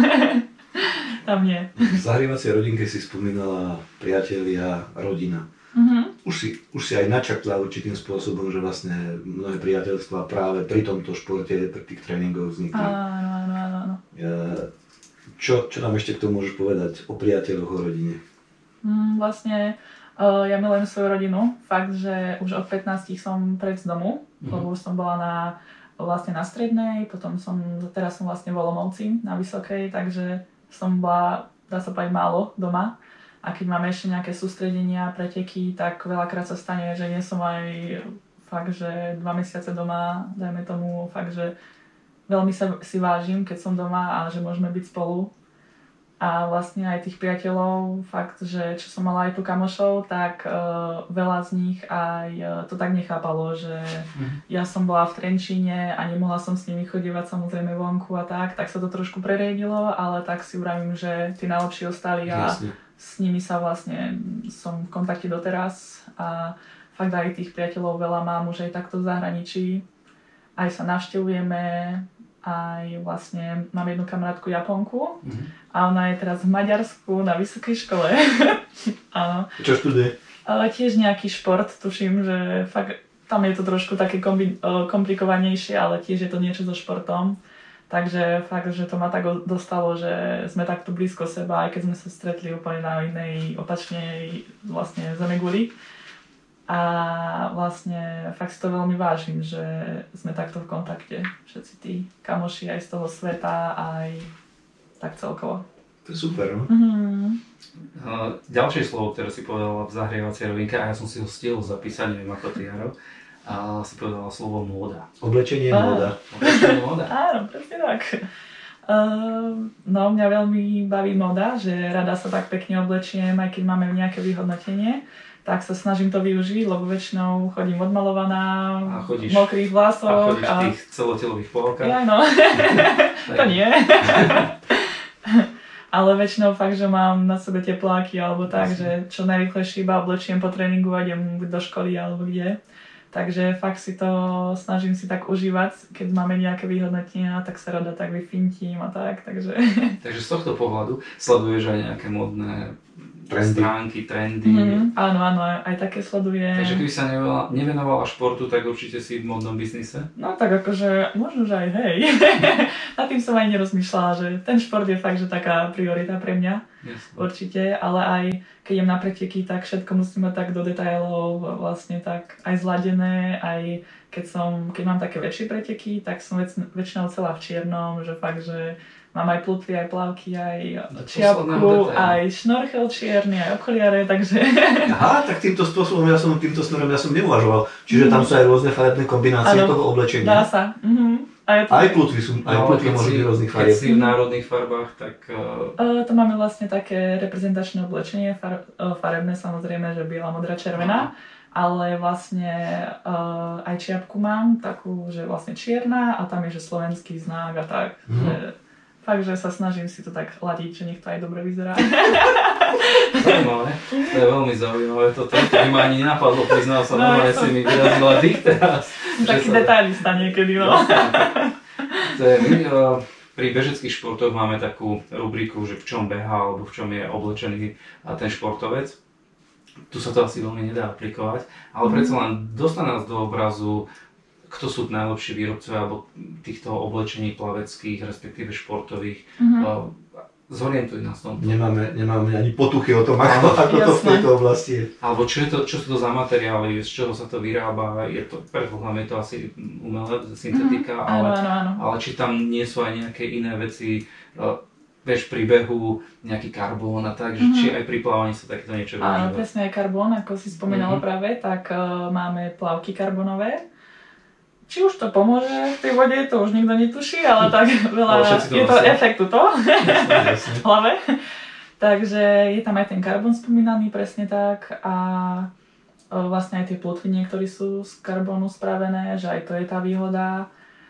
Tam nie. V zahrievacej rodinke si spomínala priatelia, rodina. Už si aj načrtla určitým spôsobom, že vlastne mnohé priateľstvá práve pri tomto športe, pri tých tréningoch vznikli. Áno. Čo nám ešte k tomu môžeš povedať o priateľoch, o rodine? Vlastne ja milujem svoju rodinu. Fakt, že už od 15 som preč z domu, lebo už som bola vlastne na strednej, teraz som vlastne v Olomouci na vysokej, takže som bola, dá sa povedať, málo doma. A keď máme ešte nejaké sústredenia, preteky, tak veľakrát sa stane, že nie som aj fakt, že 2 mesiace doma, dajme tomu fakt, že veľmi si vážim, keď som doma a že môžeme byť spolu. A vlastne aj tých priateľov, fakt, že čo som mala aj tu kamošov, tak veľa z nich aj to tak nechápalo, že ja som bola v Trenčíne a nemohla som s nimi chodievať samozrejme vonku a tak sa to trošku preriedilo, ale tak si uravím, že tí najlepší ostali a s nimi sa vlastne som v kontakte doteraz a fakt aj tých priateľov veľa mám už aj takto v zahraničí. Aj sa navštevujeme, aj vlastne mám jednu kamarátku Japonku a ona je teraz v Maďarsku na vysokej škole. Áno. Čo študuje? Ale tiež nejaký šport, tuším, že fakt tam je to trošku také komplikovanejšie, ale tiež je to niečo so športom. Takže fakt, že to ma tak dostalo, že sme takto blízko seba, aj keď sme sa stretli úplne na inej opačnej vlastne zemeguli. A vlastne fakt si to veľmi vážim, že sme takto v kontakte. Všetci tí kamoši aj z toho sveta, aj tak celkovo. To je super, no? Ďalšie slovo, ktoré si povedala v zahrievacej rovinke, a ja som si ho stihol zapísať, neviem ako ty, Jaro, a si povedala slovo móda. Oblečenie móda. Oblečenie móda. Áno, presne tak. No, mňa veľmi baví móda, že rada sa tak pekne oblečiem, aj keď máme nejaké vyhodnotenie, tak sa snažím to využiť, lebo väčšinou chodím odmalovaná, v mokrých vlasoch. A chodíš v tých celotelových polkách. Ja, no. To nie. Ale väčšinou fakt, že mám na sebe tepláky alebo tak, že čo najrýchlejšie iba oblečiem po tréningu a idem buď do školy alebo kde. Takže fakt si to snažím si tak užívať, keď máme nejaké vyhodnotenia, tak sa rada tak vyfintím a tak, takže... Takže z tohto pohľadu sleduješ aj nejaké modné stránky, trendy. Áno, aj také sledujem. Takže keby sa nevenovala športu, tak určite si v modnom biznise? No tak akože, možno, že aj hej. Nad tým som aj nerozmýšľala, že ten šport je fakt, že taká priorita pre mňa. Jasne. Určite, ale aj keď idem na preteky, tak všetko musím mať tak do detailov vlastne tak aj zladené, aj keď mám také väčšie preteky, tak som väčšinou celá v čiernom, že fakt, že mám aj plutvy, aj plavky, aj čiapku, aj šnorchel čierny, aj okuliare, takže... Aha, tak týmto spôsobom, týmto smerom ja som neuvažoval. Čiže tam sú aj rôzne farebné kombinácie toho oblečenia. Dá sa. Aj plutvy môžu byť rôznych farieb. Keď si v národných farbách, tak... To máme vlastne také reprezentačné oblečenie, farebné samozrejme, že biela, modrá, červená. Ale vlastne aj čiapku mám, takú, že vlastne čierna a tam je, že slovenský znak a tak. Fakt, že sa snažím si to tak ladiť, že nech to aj dobre vyzerá. Zaujímavé, to je veľmi zaujímavé toto. To by ma ani nenapadlo, priznal sa, normálne si mi vyrazila dých teraz. Taký detailista niekedy, no. To je, pri bežeckých športoch máme takú rubriku, že v čom behá alebo v čom je oblečený ten športovec. Tu sa to asi veľmi nedá aplikovať, ale predsa len dostane nás do obrazu, kto sú najlepší výrobcovia alebo týchto oblečení plaveckých, respektíve športových. Zorientuj nás tom. Nemáme ani potuchy o tom, ako to v tejto oblasti je. Alebo čo sú to za materiály, z čoho sa to vyrába, predpokladám, je to asi umelé, syntetika, ale či tam nie sú aj nejaké iné veci, vieš, pri behu nejaký karbón a tak, že či aj pri plávaní sa takéto niečo využíva. Áno, presne aj karbón, ako si spomínala práve, tak máme plavky karbonové. Či už to pomôže v tej vode, to už nikto netuší, ale tak veľa je to efektu to v hlave. Takže je tam aj ten karbon spomínaný, presne tak. A vlastne aj tie plutvy niektorí sú z karbonu spravené, že aj to je tá výhoda.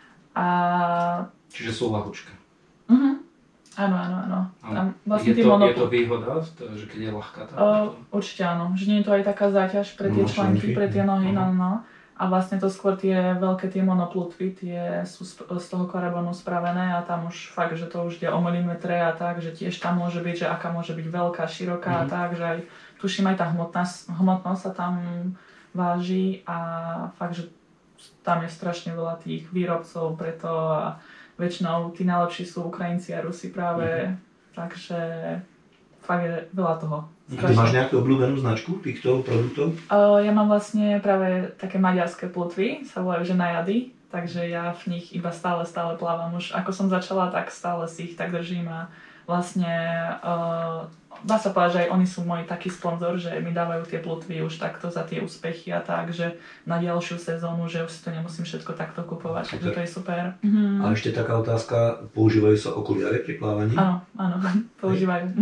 Čiže sú ľahučké. Áno. Tam vlastne je to výhoda, že keď je ľahká? Určite áno, že nie je to aj taká záťaž pre tie členky, pre tie nohy, no. A vlastne to skôr tie veľké tie monoplutvy, tie sú z toho karbonu spravené a tam už fakt, že to už ide o milimetre a tak, že tiež tam môže byť, že aká môže byť veľká, široká a tak, že aj tuším aj tá hmotnosť sa tam váži a fakt, že tam je strašne veľa tých výrobcov preto a väčšinou tí najlepší sú Ukrajinci a Rusi práve, takže fakt je veľa toho. A ty máš nejakú obľúbenú značku týchto produktov? Ja mám vlastne práve také maďarské plutvy, sa volajú že najady, takže ja v nich iba stále plávam. Už ako som začala, tak stále si ich tak držím a vlastne dá sa povedať, že aj oni sú môj taký sponzor, že mi dávajú tie plutvy už takto za tie úspechy a tak, že na ďalšiu sezónu, že už si to nemusím všetko takto kupovať, takže to je super. A ešte taká otázka, používajú sa okuliare pri plávaní? Áno, používajú.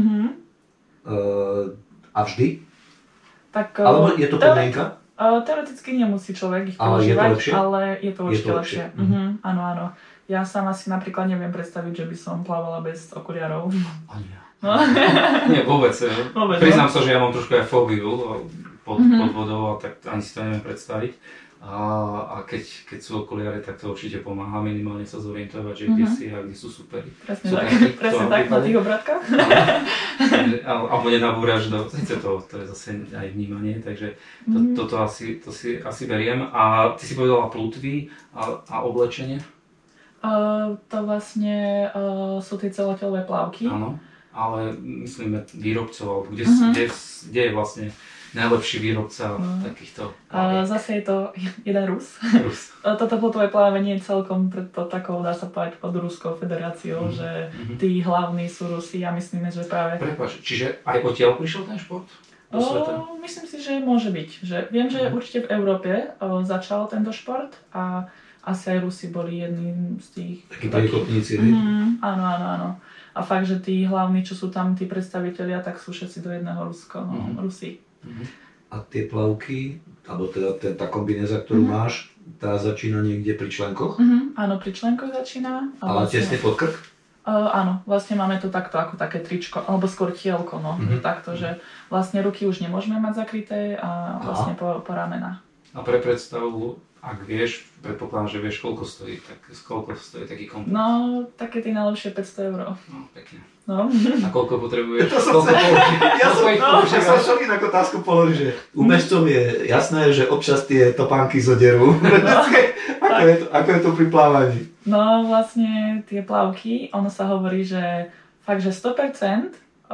A vždy? Tak, alebo je to podmienka? Teoreticky nemusí človek ich používať, ale je to určite lepšie. Áno. Ja sama si napríklad neviem predstaviť, že by som plávala bez okuliarov. No. Nie, vôbec. Priznám sa, že ja mám trošku aj fóbiu pod vodou, a tak ani si to neviem predstaviť. A keď sú okuliare, tak to určite pomáha minimálne sa zorientovať, že kde si a kde sú superi. Presne tak, na tých obrátkach. Alebo nenabúraš do... To je zase aj vnímanie, takže toto asi beriem. A ty si povedala plutvy a oblečenie? To vlastne sú tie celotelové plavky. Áno, ale myslíme výrobcov, kde je vlastne najlepší výrobca takýchto plaviek? Zase je to jeden Rus. Toto plutové plávanie je celkom pred takou, dá sa povedať, pod Ruskou federáciou, že tí hlavní sú Rusi a myslíme, že práve... Prepáč, čiže aj odtiaľ prišiel ten šport? Myslím si, že môže byť. Že viem, že určite v Európe začal tento šport a asi aj Rusi boli jedným z tých... Takí priekopníci, Áno. A fakt, že tí hlavní, čo sú tam, tí predstavitelia, tak sú všetci do jedného Rusi. A tie plavky, alebo teda tá kombinéza, ktorú máš, tá začína niekde pri členkoch? Áno, pri členkoch začína. Ale tesne pod krk? Áno, vlastne máme to takto ako také tričko, alebo skôr tielko, takto, že vlastne ruky už nemôžeme mať zakryté a vlastne po ramena. A pre predstavu, ak vieš, predpokladám, že vieš, koľko stojí taký komplet? No, také tie najlepšie 500 €. No, pekne. No. A koľko potrebuješ? Ja som šok inak otázku položil, že u bežcov je jasné, že občas tie topánky zoderú. Ako je to pri plávaní? No vlastne tie plavky, ono sa hovorí, že fakt, že 100%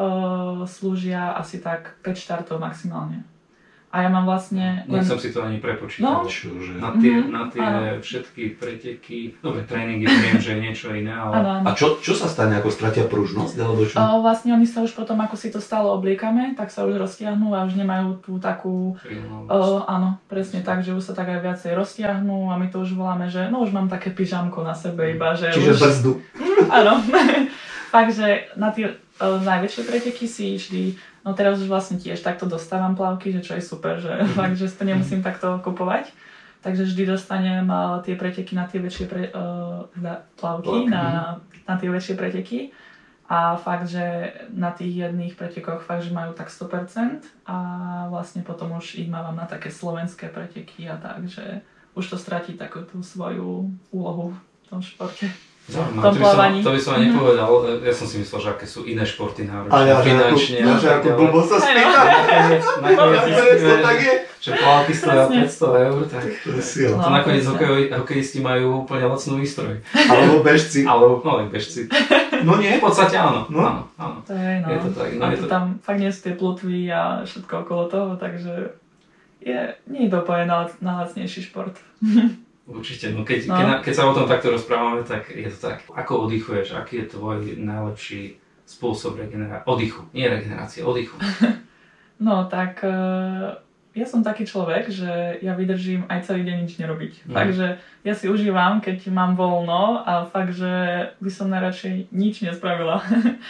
slúžia asi tak 5 štartov maximálne. A ja mám vlastne... Nechcem si to ani prepočítať. Na tie všetky preteky, dobre, tréningy viem, že je niečo iné, ale... Ano. A čo sa stane, ako stratia pružnosť, alebo čo? Vlastne oni sa už potom, ako si to stále obliekame, tak sa už roztiahnú a už nemajú tú takú... Áno, presne tak, že už sa tak aj viacej roztiahnú a my to už voláme, že no už mám také pyžamko na sebe iba, že čiže už... brzdu. Áno, takže na tie najväčšie preteky si vždy... No teraz už vlastne tiež takto dostávam plavky, že čo je super, že fakt, že si to nemusím takto kupovať. Takže vždy dostanem tie preteky na tie väčšie plavky, na tie väčšie preteky. A fakt, že na tých jedných pretekoch fakt, že majú tak 100% a vlastne potom už ich mávam na také slovenské preteky a tak, že už to stratí takú tú svoju úlohu v tom športe. Zaujímavé, to by som aj nepovedal, ja som si myslel, že aké sú iné športy náročné, finančne. A ja ako blbo sa spýtam. Nakoniec že plavky stoja 500 €, tak to nakoniec hokejisti majú úplne lacnú výstroj. Alebo bežci. Bežci. No nie? V podstate áno. To je Je to tak. A to tam fakt nie sú tie plutvy a všetko okolo toho, takže nie je to úplne najlacnejší šport. Určite, keď sa o tom takto rozprávame, tak je to tak. Ako oddychuješ? Aký je tvoj najlepší spôsob oddychu? Nie regenerácie, oddychu. No tak ja som taký človek, že ja vydržím aj celý deň nič nerobiť. Takže ja si užívam, keď mám voľno a fakt, že by som najradšej nič nespravila.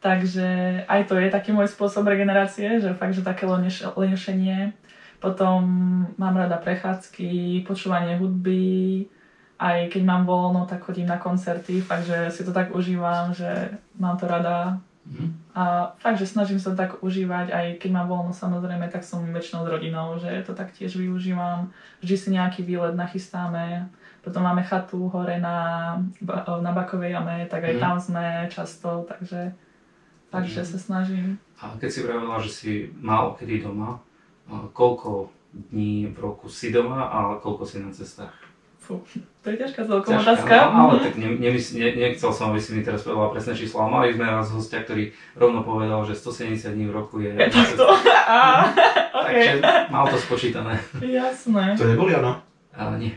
Takže aj to je taký môj spôsob regenerácie, že fakt, že také lenešenie. Potom mám rada prechádzky, počúvanie hudby, aj keď mám voľno, tak chodím na koncerty, fakt, že si to tak užívam, že mám to rada. A fakt, že snažím sa to tak užívať, aj keď mám voľno samozrejme, tak som väčšinou s rodinou, že to tak tiež využívam. Vždy si nejaký výlet nachystáme. Potom máme chatu hore na Bakovej jame, tak aj tam sme často, takže fakt, že sa snažím. A keď si vravila, že si málo kedy doma, koľko dní v roku si doma a koľko si na cestách? Fú, to je ťažká celkom otázka. No, ale tak nechcel som, aby si mi teraz povedala presné číslo, ale mali sme raz hostia, ktorý rovno povedal, že 170 dní v roku je... Takto? Takže mal to spočítané. Jasné. To neboli áno? Nie.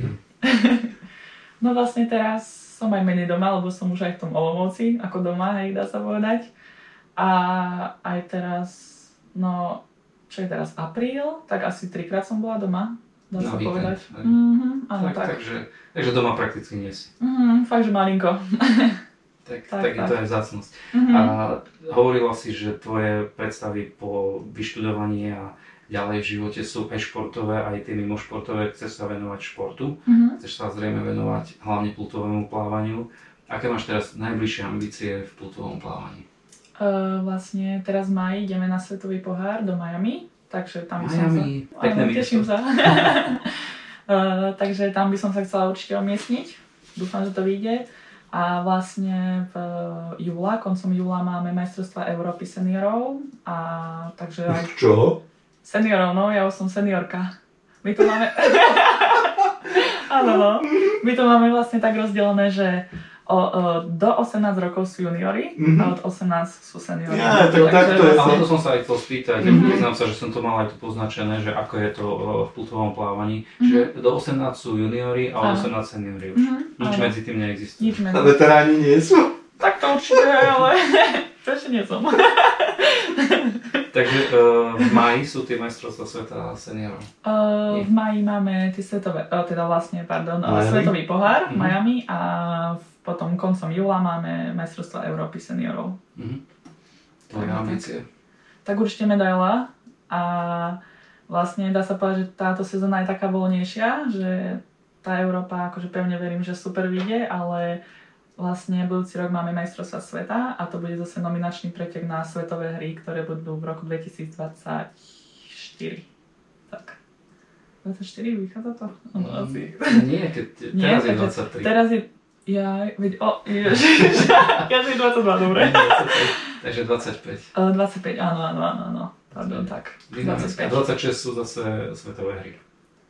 No vlastne teraz som aj menej doma, lebo som už aj v tom Olomouci, ako doma, hej, dá sa povedať. A aj teraz, no, čo je teraz, apríl, tak asi 3-krát som bola doma, dá sa povedať. Áno, tak. Takže doma prakticky nie si. Fakt, že malinko. Tak to je vzácnosť. A hovorila si, že tvoje predstavy po vyštudovaní a ďalej v živote sú aj športové, aj tie mimošportové. Chceš sa venovať športu, chceš sa zrejme venovať hlavne plutovému plávaniu. Aké máš teraz najbližšie ambície v plutovom plávaní? Vlastne teraz v máji ideme na svetový pohár do Miami, takže tam by som sa... Pekné miesto. Teším sa. Takže tam by som sa chcela určite umiestniť. Dúfam, že to vyjde. A vlastne koncom júla máme majstrovstvá Európy seniorov. A takže aj... Čo? Seniorov, no, ja už som seniorka. My to máme... Áno, no. My to máme vlastne tak rozdelené, že do 18 rokov sú juniori a od 18 sú seniori. Ja, tak to je. Ale to som sa aj chcel spýtať, priznám sa, že som to mal aj tu poznačené, že ako je to v plutovom plávaní, že do 18 sú juniori a od 18 seniori už. Nič medzi tým neexistuje. A veteráni nie sú? Tak to určite, ale to ešte nie som. Takže v máji sú tie majstrovstvá sveta seniorov. V máji máme tie svetové, svetový pohár v Miami a potom koncom júla máme majstrovstvá Európy seniorov. Tvoje ambície? Tak určite medaila a vlastne dá sa povedať, že táto sezóna je taká voľnejšia, že tá Európa, akože pevne verím, že super vyjde, ale vlastne budúci rok máme majstrovstvá sveta a to bude zase nominačný pretek na svetové hry, ktoré budú v roku 2024. Tak. 24 vychádza to? No, asi. Nie, teraz je 23. Teraz je... Ja že 22, dobre. Takže 25. 25, áno. Pardon, tak. 25. 26 sú zase svetové hry.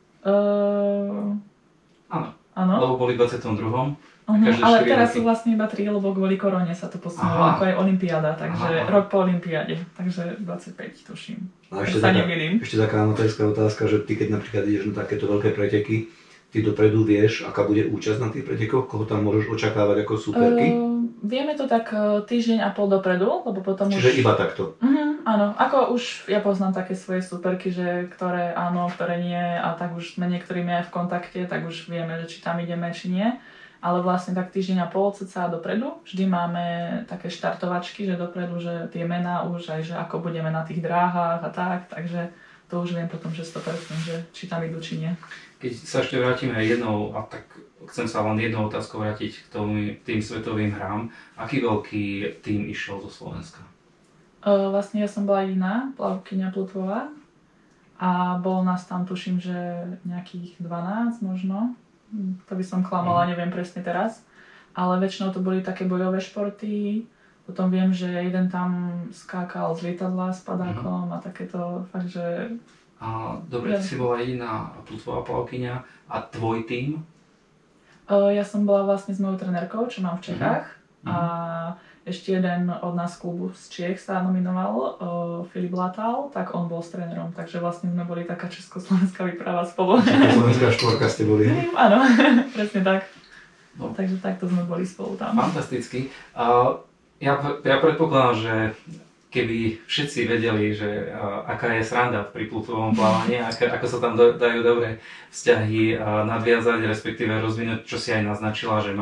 Áno. Lebo boli v 22. Ale teraz sú vlastne iba 3, lebo kvôli korone sa to posunulo, ako aj olympiáda, takže rok po olympiáde, takže 25 tuším. A ešte taká amatérska otázka, že ty keď napríklad ideš na takéto veľké preteky, ty dopredu vieš, aká bude účasť na tých pretekoch? Koho tam môžeš očakávať ako superky? Vieme to tak týždeň a pol dopredu, lebo potom Čiže iba takto? Áno, ako už ja poznám také svoje superky, že ktoré áno, ktoré nie a tak už sme niektorými aj v kontakte, tak už vieme, že či tam ideme, či nie. Ale vlastne tak týždeň a pol cca dopredu. Vždy máme také štartovačky, že dopredu, že tie mená už aj, že ako budeme na tých dráhach a tak, takže to už viem potom, že 100%, že či tam idú, či nie. Keď sa ešte vrátime jednou, a tak chcem sa len jednou otázkou vrátiť k tým svetovým hrám. Aký veľký tím išiel zo Slovenska? Vlastne ja som bola jediná plavkyňa plutvová a bolo nás tam, tuším, že nejakých 12 možno. To by som klamala, neviem presne teraz. Ale väčšinou to boli také bojové športy. Potom viem, že jeden tam skákal z lietadla s padákom a takéto fakt, že... Dobre, ty si bola jediná plutvová plavkyňa a tvoj tím? Ja som bola vlastne s mojou trenérkou, čo mám v Čechách. A ešte jeden od nás klubu z Čiech sa nominoval, Filip Latal, tak on bol s trénerom, takže vlastne sme boli taká československá výprava spolu. Československá štvorka ste boli. Áno, presne tak. No. Takže takto sme boli spolu tam. Fantasticky. Ja predpokladám, že keby všetci vedeli, že aká je sranda pri plutovom plávaní, ako sa tam dajú dobré vzťahy nadviazať, respektíve rozvinúť, čo si aj naznačila, že máš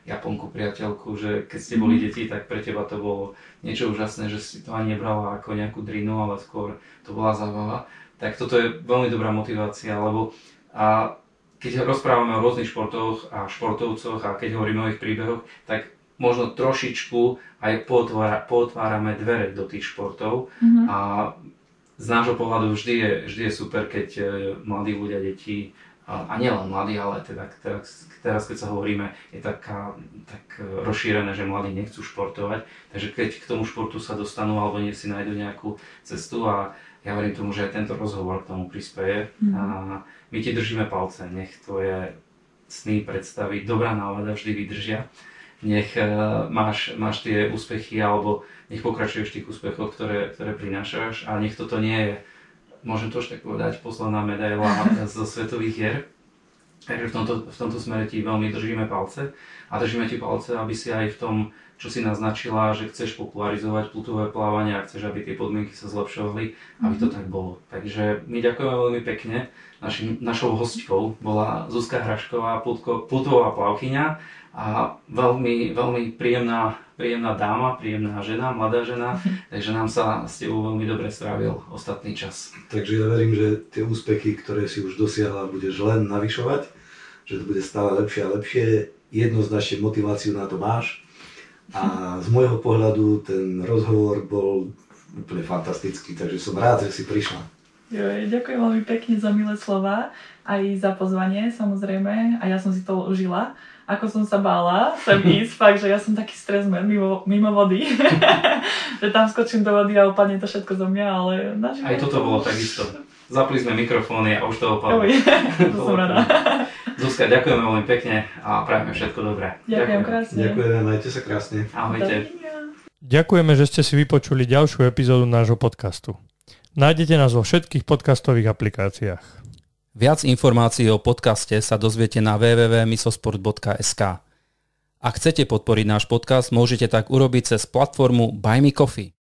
Japonku, priateľku, že keď ste boli deti, tak pre teba to bolo niečo úžasné, že si to ani nebrala ako nejakú drinu, ale skôr to bola zábava. Tak toto je veľmi dobrá motivácia, lebo a keď rozprávame o rôznych športoch a športovcoch a keď hovoríme o ich príbehoch, tak možno trošičku aj pootvárame dvere do tých športov a z nášho pohľadu vždy je super, keď mladí ľudia, deti, a nielen mladí, ale teda teraz keď sa hovoríme, je tak rozšírené, že mladí nechcú športovať, takže keď k tomu športu sa dostanú alebo si nájdu nejakú cestu a ja verím tomu, že aj tento rozhovor k tomu prispeje a my ti držíme palce, nech tvoje sny, predstavy, dobrá nálada vždy vydržia, nech máš tie úspechy alebo nech pokračuješ v tých úspechoch, ktoré prinášaš a nech toto nie je, môžem to už tak povedať, posledná medaila zo svetových hier. Takže v tomto smere ti veľmi držíme palce a držíme ti palce, aby si aj v tom, čo si naznačila, že chceš popularizovať pľutové plávanie a chceš, aby tie podmienky sa zlepšovali, aby to tak bolo. Takže my ďakujeme veľmi pekne. Našou hostkou bola Zuzka Hrašková, pľutová plavkyňa a veľmi, veľmi príjemná dáma, príjemná žena, mladá žena, takže nám sa s tebou veľmi dobre strávil ostatný čas. Takže ja verím, že tie úspechy, ktoré si už dosiahla, budeš len navyšovať, že to bude stále lepšie a lepšie, jednoznačne motiváciu na to máš a z môjho pohľadu ten rozhovor bol úplne fantastický, takže som rád, že si prišla. Ďakujem veľmi pekne za milé slova, aj za pozvanie samozrejme a ja som si to užila. Ako som sa bála sem ísť, fakt, že ja som taký stresmen mimo vody, že tam skočím do vody a opadne to všetko zo mňa, ale... Aj toto bolo takisto. Zapli sme mikrofóny a už to opadlo. To som rada. Zuzka, ďakujeme veľmi pekne a prajeme všetko dobré. Ďakujem krásne. Ďakujeme, majte sa krásne. Ahojte. Ďakujeme, že ste si vypočuli ďalšiu epizódu nášho podcastu. Nájdete nás vo všetkých podcastových aplikáciách. Viac informácií o podcaste sa dozviete na www.misosport.sk. Ak chcete podporiť náš podcast, môžete tak urobiť cez platformu Buy Me Coffee.